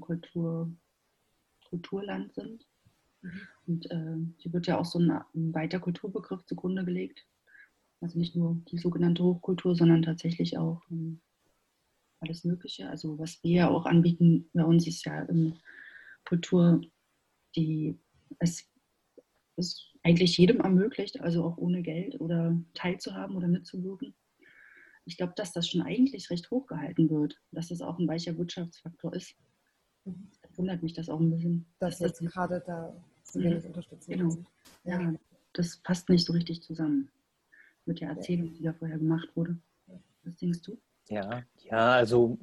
Kulturland sind. Und hier wird ja auch so ein weiter Kulturbegriff zugrunde gelegt. Also nicht nur die sogenannte Hochkultur, sondern tatsächlich auch alles Mögliche. Also was wir ja auch anbieten bei uns ist ja Kultur, die es eigentlich jedem ermöglicht, also auch ohne Geld oder teilzuhaben oder mitzuwirken. Ich glaube, dass das schon eigentlich recht hoch gehalten wird, dass das auch ein weicher Wirtschaftsfaktor ist. Das wundert mich das auch ein bisschen. Dass jetzt gerade da so wenig Unterstützung genau. ist. Ja, das passt nicht so richtig zusammen mit der Erzählung, die da vorher gemacht wurde. Was denkst du? Ja, also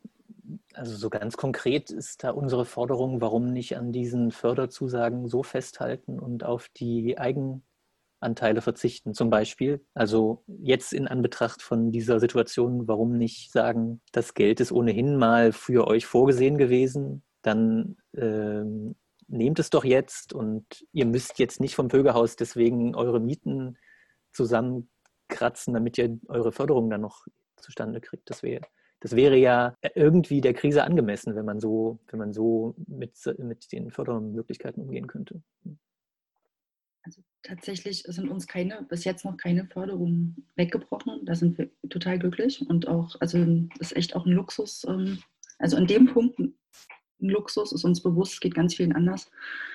so ganz konkret ist da unsere Forderung, warum nicht an diesen Förderzusagen so festhalten und auf die Eigenanteile verzichten zum Beispiel. Also jetzt in Anbetracht von dieser Situation, warum nicht sagen, das Geld ist ohnehin mal für euch vorgesehen gewesen, dann nehmt es doch jetzt und ihr müsst jetzt nicht vom Pflegehaus deswegen eure Mieten zusammenkratzen, damit ihr eure Förderung dann noch zustande kriegt. Das wäre ja irgendwie der Krise angemessen, wenn man so mit den Fördermöglichkeiten umgehen könnte. Also tatsächlich sind uns bis jetzt noch keine Förderungen weggebrochen. Da sind wir total glücklich und auch, also ist echt auch ein Luxus. Also an dem Punkt ein Luxus ist uns bewusst, es geht ganz vielen anders.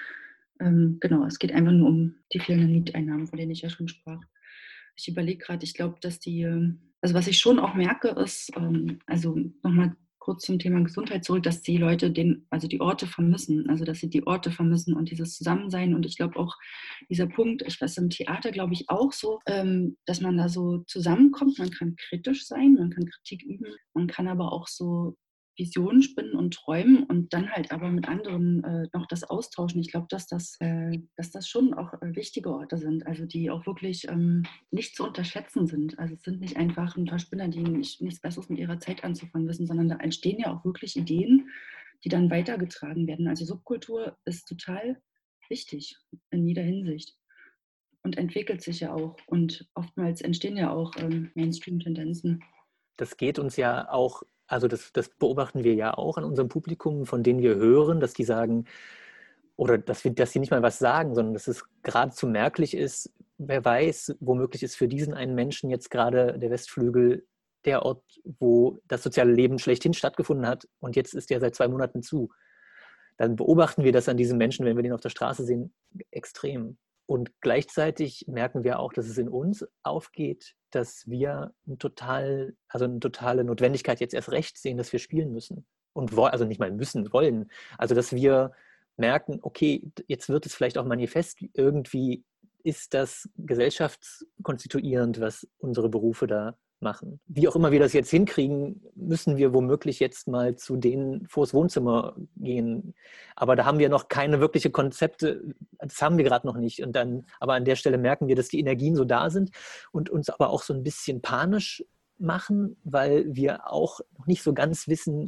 Genau, es geht einfach nur um die fehlenden Mieteinnahmen, von denen ich ja schon sprach. Ich überlege gerade, ich glaube, dass also was ich schon auch merke, ist, also nochmal kurz zum Thema Gesundheit zurück, dass die Leute die Orte vermissen, also dass sie die Orte vermissen und dieses Zusammensein. Und ich glaube auch dieser Punkt, ich weiß im Theater glaube ich auch so, dass man da so zusammenkommt, man kann kritisch sein, man kann Kritik üben, man kann aber auch so Visionen spinnen und träumen und dann halt aber mit anderen noch das austauschen. Ich glaube, dass das schon auch wichtige Orte sind, also die auch wirklich nicht zu unterschätzen sind. Also es sind nicht einfach ein paar Spinner, die nichts Besseres mit ihrer Zeit anzufangen wissen, sondern da entstehen ja auch wirklich Ideen, die dann weitergetragen werden. Also Subkultur ist total wichtig in jeder Hinsicht und entwickelt sich ja auch. Und oftmals entstehen ja auch Mainstream-Tendenzen. Das geht uns ja auch, also das beobachten wir ja auch an unserem Publikum, von denen wir hören, dass die sagen, oder dass sie nicht mal was sagen, sondern dass es geradezu merklich ist, wer weiß, womöglich ist für diesen einen Menschen jetzt gerade der Westflügel der Ort, wo das soziale Leben schlechthin stattgefunden hat und jetzt ist der seit 2 Monaten zu. Dann beobachten wir das an diesem Menschen, wenn wir den auf der Straße sehen, extrem. Und gleichzeitig merken wir auch, dass es in uns aufgeht, dass wir eine totale Notwendigkeit jetzt erst recht sehen, dass wir spielen müssen. Also nicht mal müssen, wollen. Also dass wir merken, okay, jetzt wird es vielleicht auch manifest, irgendwie ist das gesellschaftskonstituierend, was unsere Berufe da machen. Wie auch immer wir das jetzt hinkriegen, müssen wir womöglich jetzt mal zu denen vors Wohnzimmer gehen. Aber da haben wir noch keine wirklichen Konzepte, das haben wir gerade noch nicht. Aber an der Stelle merken wir, dass die Energien so da sind und uns aber auch so ein bisschen panisch machen, weil wir auch noch nicht so ganz wissen,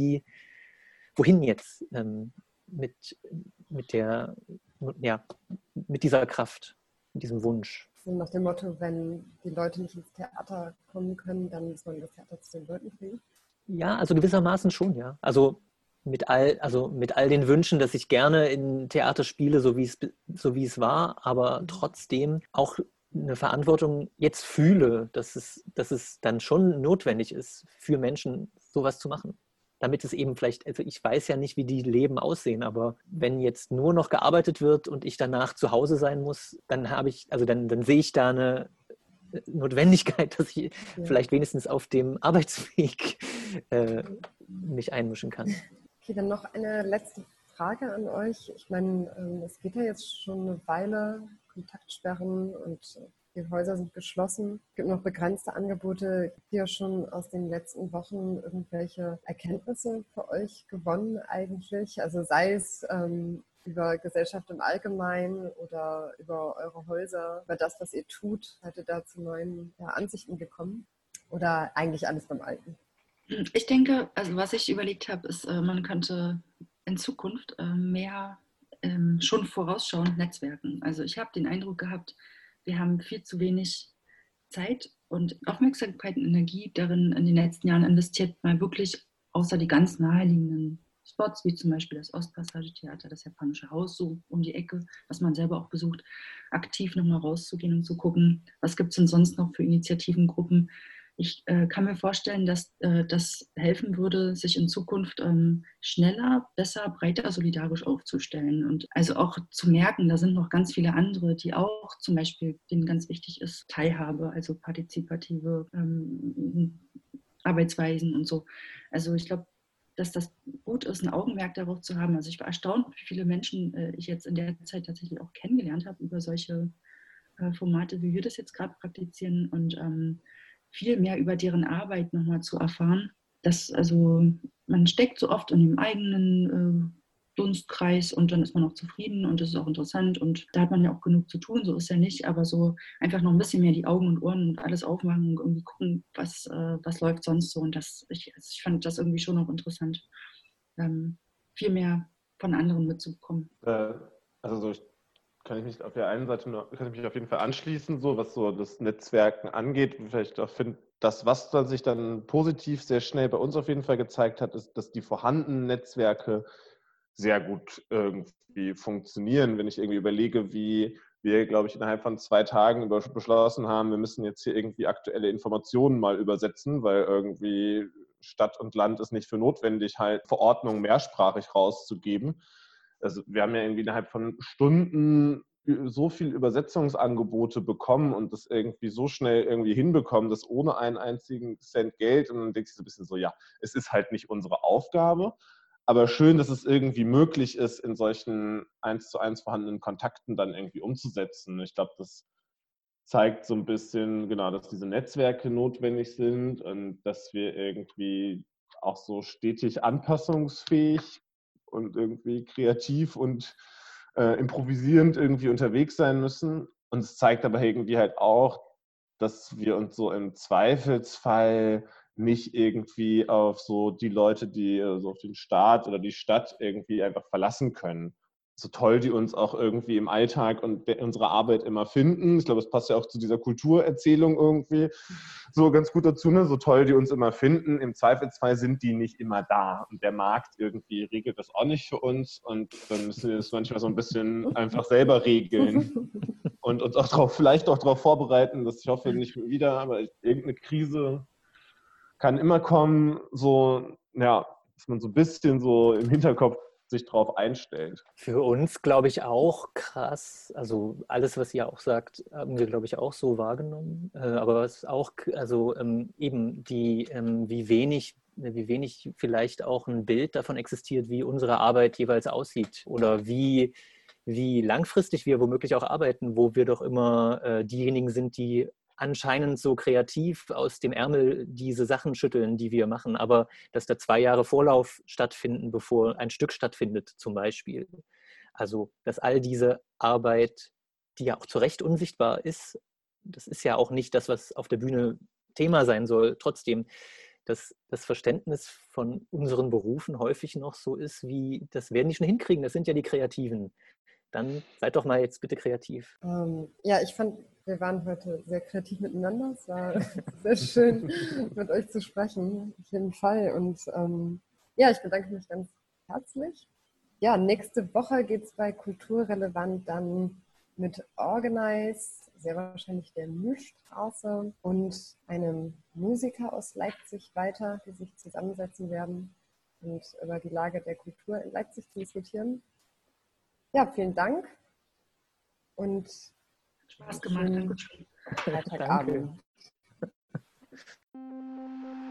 wohin jetzt mit dieser Kraft, mit diesem Wunsch. So nach dem Motto, wenn die Leute nicht ins Theater kommen können, dann muss man das Theater zu den Leuten bringen? Ja, also gewissermaßen schon, ja. Also mit all den Wünschen, dass ich gerne in Theater spiele, so wie es war, aber trotzdem auch eine Verantwortung jetzt fühle, dass es dann schon notwendig ist, für Menschen sowas zu machen. damit es eben vielleicht, also ich weiß ja nicht, wie die Leben aussehen, aber wenn jetzt nur noch gearbeitet wird und ich danach zu Hause sein muss, dann dann sehe ich da eine Notwendigkeit, dass ich vielleicht wenigstens auf dem Arbeitsweg mich einmischen kann. Okay, dann noch eine letzte Frage an euch. Ich meine, es geht ja jetzt schon eine Weile, Kontaktsperren und die Häuser sind geschlossen. Es gibt noch begrenzte Angebote. Habt ihr schon aus den letzten Wochen irgendwelche Erkenntnisse für euch gewonnen eigentlich? Also sei es über Gesellschaft im Allgemeinen oder über eure Häuser, über das, was ihr tut. Seid ihr da zu neuen Ansichten gekommen? Oder eigentlich alles beim Alten? Ich denke, also was ich überlegt habe, ist, man könnte in Zukunft mehr schon vorausschauend netzwerken. Also ich habe den Eindruck gehabt, wir haben viel zu wenig Zeit und Aufmerksamkeit und Energie darin in den letzten Jahren investiert, mal wirklich außer die ganz naheliegenden Spots, wie zum Beispiel das Ostpassage-Theater, das Japanische Haus so um die Ecke, was man selber auch besucht, aktiv nochmal rauszugehen und zu gucken, was gibt es denn sonst noch für Initiativen, Gruppen. Ich kann mir vorstellen, dass das helfen würde, sich in Zukunft schneller, besser, breiter solidarisch aufzustellen und also auch zu merken, da sind noch ganz viele andere, die auch zum Beispiel, denen ganz wichtig ist, Teilhabe, also partizipative Arbeitsweisen und so. Also ich glaube, dass das gut ist, ein Augenmerk darauf zu haben. Also ich war erstaunt, wie viele Menschen ich jetzt in der Zeit tatsächlich auch kennengelernt habe über solche Formate, wie wir das jetzt gerade praktizieren und viel mehr über deren Arbeit nochmal zu erfahren. Also man steckt so oft in dem eigenen Dunstkreis und dann ist man auch zufrieden und das ist auch interessant und da hat man ja auch genug zu tun, so ist ja nicht, aber so einfach noch ein bisschen mehr die Augen und Ohren und alles aufmachen und irgendwie gucken, was läuft sonst so und ich fand das irgendwie schon auch interessant, viel mehr von anderen mitzubekommen. Kann ich mich auf der einen Seite kann ich mich auf jeden Fall anschließen, so was so das Netzwerken angeht. Vielleicht auch finde, das, was dann sich dann positiv sehr schnell bei uns auf jeden Fall gezeigt hat, ist, dass die vorhandenen Netzwerke sehr gut irgendwie funktionieren. Wenn ich irgendwie überlege, wie wir, glaube ich, innerhalb von 2 Tagen beschlossen haben, wir müssen jetzt hier irgendwie aktuelle Informationen mal übersetzen, weil irgendwie Stadt und Land ist nicht für notwendig, halt Verordnungen mehrsprachig rauszugeben. Also wir haben ja irgendwie innerhalb von Stunden so viel Übersetzungsangebote bekommen und das irgendwie so schnell irgendwie hinbekommen, dass ohne einen einzigen Cent Geld, und dann denke ich so ein bisschen so, ja, es ist halt nicht unsere Aufgabe, aber schön, dass es irgendwie möglich ist, in solchen 1:1 vorhandenen Kontakten dann irgendwie umzusetzen. Ich glaube, das zeigt so ein bisschen, genau, dass diese Netzwerke notwendig sind und dass wir irgendwie auch so stetig anpassungsfähig und irgendwie kreativ und improvisierend irgendwie unterwegs sein müssen. Und es zeigt aber irgendwie halt auch, dass wir uns so im Zweifelsfall nicht irgendwie auf so die Leute, die so auf den Staat oder die Stadt irgendwie einfach verlassen können. So toll die uns auch irgendwie im Alltag und unsere Arbeit immer finden. Ich glaube, es passt ja auch zu dieser Kulturerzählung irgendwie so ganz gut dazu, ne? So toll die uns immer finden. Im Zweifelsfall sind die nicht immer da. Und der Markt irgendwie regelt das auch nicht für uns. Und dann müssen wir das manchmal so ein bisschen einfach selber regeln. Und uns auch vielleicht auch darauf vorbereiten, dass ich hoffe nicht wieder, aber irgendeine Krise kann immer kommen, so, ja, dass man so ein bisschen so im Hinterkopf sich drauf einstellt. Für uns, glaube ich, auch krass. Also alles, was ihr auch sagt, haben wir, glaube ich, auch so wahrgenommen. Aber was auch, also eben wie wenig vielleicht auch ein Bild davon existiert, wie unsere Arbeit jeweils aussieht oder wie langfristig wir womöglich auch arbeiten, wo wir doch immer diejenigen sind, die anscheinend so kreativ aus dem Ärmel diese Sachen schütteln, die wir machen, aber dass da 2 Jahre Vorlauf stattfinden, bevor ein Stück stattfindet zum Beispiel. Also, dass all diese Arbeit, die ja auch zu Recht unsichtbar ist, das ist ja auch nicht das, was auf der Bühne Thema sein soll, trotzdem, dass das Verständnis von unseren Berufen häufig noch so ist, wie, das werden die schon hinkriegen, das sind ja die Kreativen. Dann seid doch mal jetzt bitte kreativ. Ja, ich fand, wir waren heute sehr kreativ miteinander. Es war sehr schön, mit euch zu sprechen, auf jeden Fall. Und ja, ich bedanke mich ganz herzlich. Ja, nächste Woche geht es bei Kulturrelevant dann mit Organize, sehr wahrscheinlich der Mühlstraße und einem Musiker aus Leipzig weiter, die sich zusammensetzen werden. und über die Lage der Kultur in Leipzig zu diskutieren. Ja, vielen Dank und Spaß gemacht. schönen Dankeschön. Freitagabend. Danke.